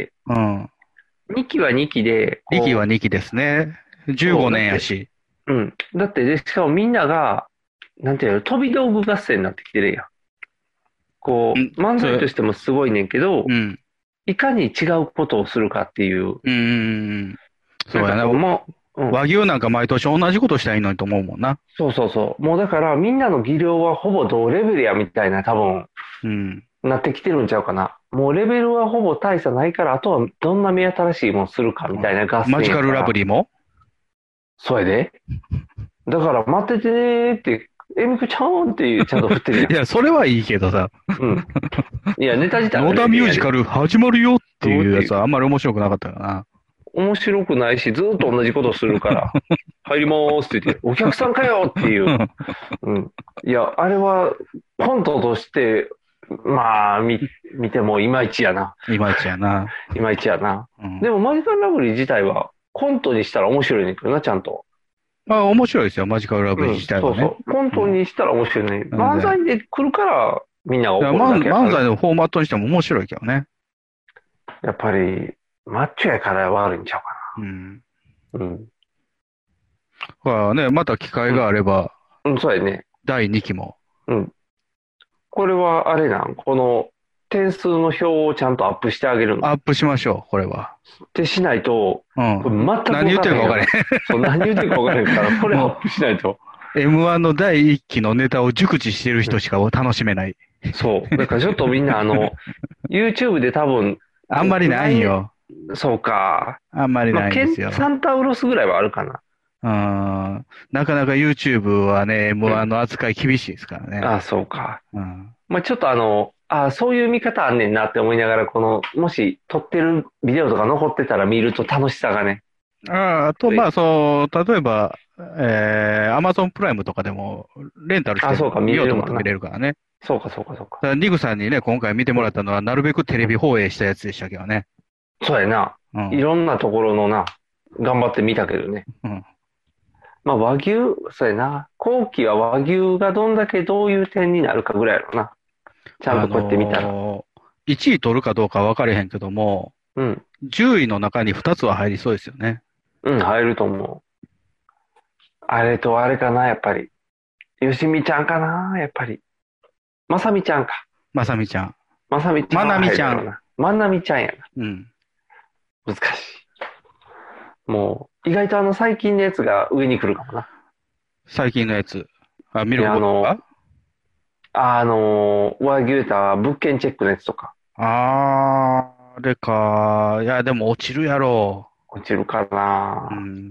あ。うん。 2期は2期で、 2期はこ 2期ですね。15 そう、だって、 年やし。 うん。だって、で、しかもみんなが、なんていうの、飛び道具合戦になってきてるやん。こう、漫それ、 才としてもすごいねんけど、 うん。 いかに違うことをするかっていう、 うんうんうん。そうやな。 なんかこう、うん、 和牛なんか毎年同じことしたらいいのにと思うもんな。 そうそうそう。もうだからみんなの技量はほぼ同レベルやみたいな多分うん。 なってきてるんちゃうかな。もうレベルはほぼ大差ないから、あとはどんな目新しいもんするかみたいな合戦マジカルラブリー。 リーもそれでだから待っててねーって、エミクちゃんってちゃんと振ってるやん。 いや、それはいいけどさ、 うん。いや、ネタ自体は野田ミュージカル始まるよっていうやつどうはあんまり面白くなかったかな。 面白くないし、ずーっと同じことするから、入りまーすって言って、お客さんかよっていう。うん。いや、あれは、コントとして、まあ、見てもいまいちやな。 いまいちやな。 いまいちやな。 うん。 でも、マジカルラブリー自体は、コントにしたら面白いねんけどな、ちゃんと。 まあ、面白いですよ、マジカルラブリーうん、 自体はね。 そうそう。コントにしたら面白いね。 うん。 漫才で来るから、みんながいや怒るだけやから。 漫才のフォーマットにしても面白いけどね。 やっぱり、マッチョやから悪いんちゃうかうん。 な。うん。 まあね、また機会があれば、 うん、そうやね。 第2期も。 うん。これはあれなん、この点数の表をちゃんとアップしてあげるの。 アップしましょう、これは。 ってしないと、 うんこれ全く分からへん。 何言ってるか分からへん。 そう、何言ってるか分からへんから、これアップしないと。 M1 の第1期のネタを熟知してる人しか楽しめない。 そう。だからちょっとみんなYouTube で多分、 あんまりないんよ。 そうか。 あんまりないんですよ。 サンタウロスぐらいはあるかな。 うん。なかなか YouTube はね、M1 の扱い厳しいですからね。 ああ、そうか。 うん。 まあちょっとそういう見方あんねんなって思いながら、もし撮ってるビデオとか残ってたら見ると楽しさがね。 あと、まあ、例えば、Amazon プライムとかでも、レンタルしてそうか、 見ようと見れるもんな。 思って見れるからね。 そうか、そうか、そうか。 だからニグさんにね、今回見てもらったのは、なるべくテレビ放映したやつでしたけどね。 そうやな。いろんなところのな、頑張って見たけどね。 うん。 まあ和牛、そうやな。後期は和牛がどんだけどういう点になるかぐらいやろな。ちゃんとこうやって見たら。 1位取るかどうか分かれへんけども、 うん。 10位の中に2つは入りそうですよね。 うん、入ると思う。あれとあれかな、やっぱり。よしみちゃんかな、やっぱり。まさみちゃんか。 まさみちゃん。 まさみちゃん。 まなみちゃん。 まなみちゃんやな。 うん。 難しい。もう、意外と最近のやつが上に来るかもな。 最近のやつ。見ることか和牛ター物件チェックのやつとか。 あれか。いや、でも落ちるやろ落ちるかな。 うん。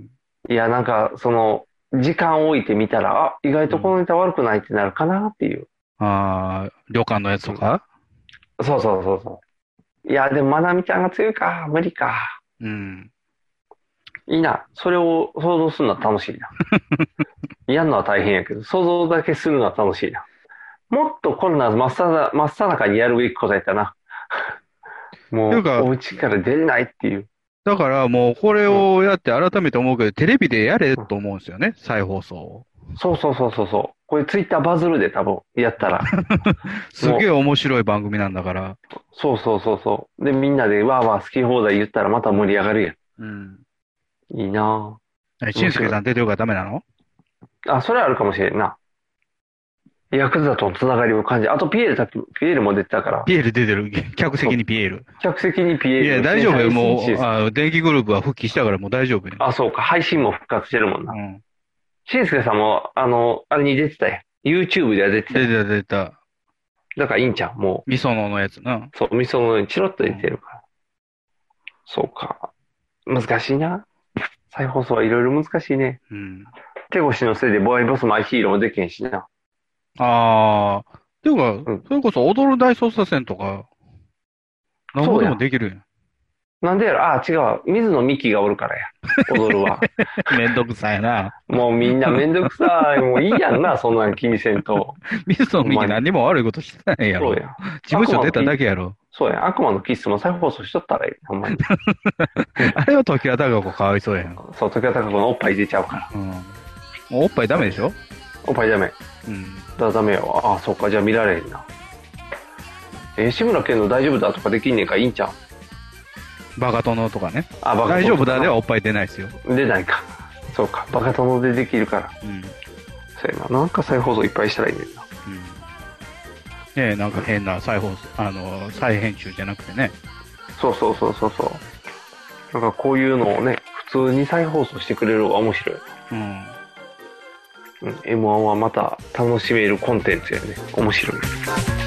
いや、なんか、時間を置いてみたら、意外とこのネタ悪くないってなるかなっていう。 旅館のやつとか、 そうそうそうそう。いや、でも、まなみちゃんが強いか。無理か。 うん。 いいな。それを想像するのは楽しいな。やるのは大変やけど、想像だけするのは楽しいな。もっとコロナ真っ最中にやるべきことやったな。もう、お家から出れないっていう。 だからもうこれをやって改めて思うけど、テレビでやれと思うんですよね、再放送を。 そうそうそうそうそう。これツイッターバズるで多分やったら。 すげえ面白い番組なんだから。 そうそうそうそう。で、みんなでわーわー好き放題言ったらまた盛り上がるやん。 うん。 いいなぁ。 しんすけさん出てるからダメなの？ それはあるかもしれんな。ヤクザとのつながりを感じ。あとピエールも出てたから。 ピエール出てる。客席にピエール。 客席にピエール。 いや、大丈夫よ。もう、電気グループは復帰したからもう大丈夫よ。 そうか。配信も復活してるもんな。しんすけさんも、あれに出てたよ。YouTube では出てた。 出てた。 だからいいんちゃうもう。 みそののやつな。 そう、みそのにチロッと出てるから。そうか。難しいな。再放送はいろいろ難しいね。 うん。 手越しのせいでボーイボスマイヒーローもできへんしな。 ていうか、それこそ踊る大捜査線とか、何ぼでもできるやん。 なんでやろ違う。水野美紀がおるからや。踊るわ。 めんどくさいな。 もうみんなめんどくさい。もういいやんな、そんなん気にせんと。 水野美紀何にも悪いことしてないやろ。 そうや。 事務所出ただけやろ。 そうや。悪魔のキスも再放送しとったらいい。ほんまに。 あれは時は高子かわいそうやん。 そう、時は高子のおっぱい出ちゃうから。 うん。おっぱいダメでしょ？ おっぱいダメ。 うん。 ダメやわ。そうか。じゃあ見られへんな。志村けんの大丈夫だとかできんねんかいいんちゃう？ バカ殿とかね。 バカ殿。 大丈夫だではおっぱい出ないですよ。 出ないか。そうか。バカ殿でできるから。 うん。 そうやな。なんか再放送いっぱいしたらいいねんな。 うん。なんか変な再放送、再編集じゃなくてね。 そう。なんかこういうのをね、普通に再放送してくれる方が面白い。M1 はまた楽しめるコンテンツやね。面白い。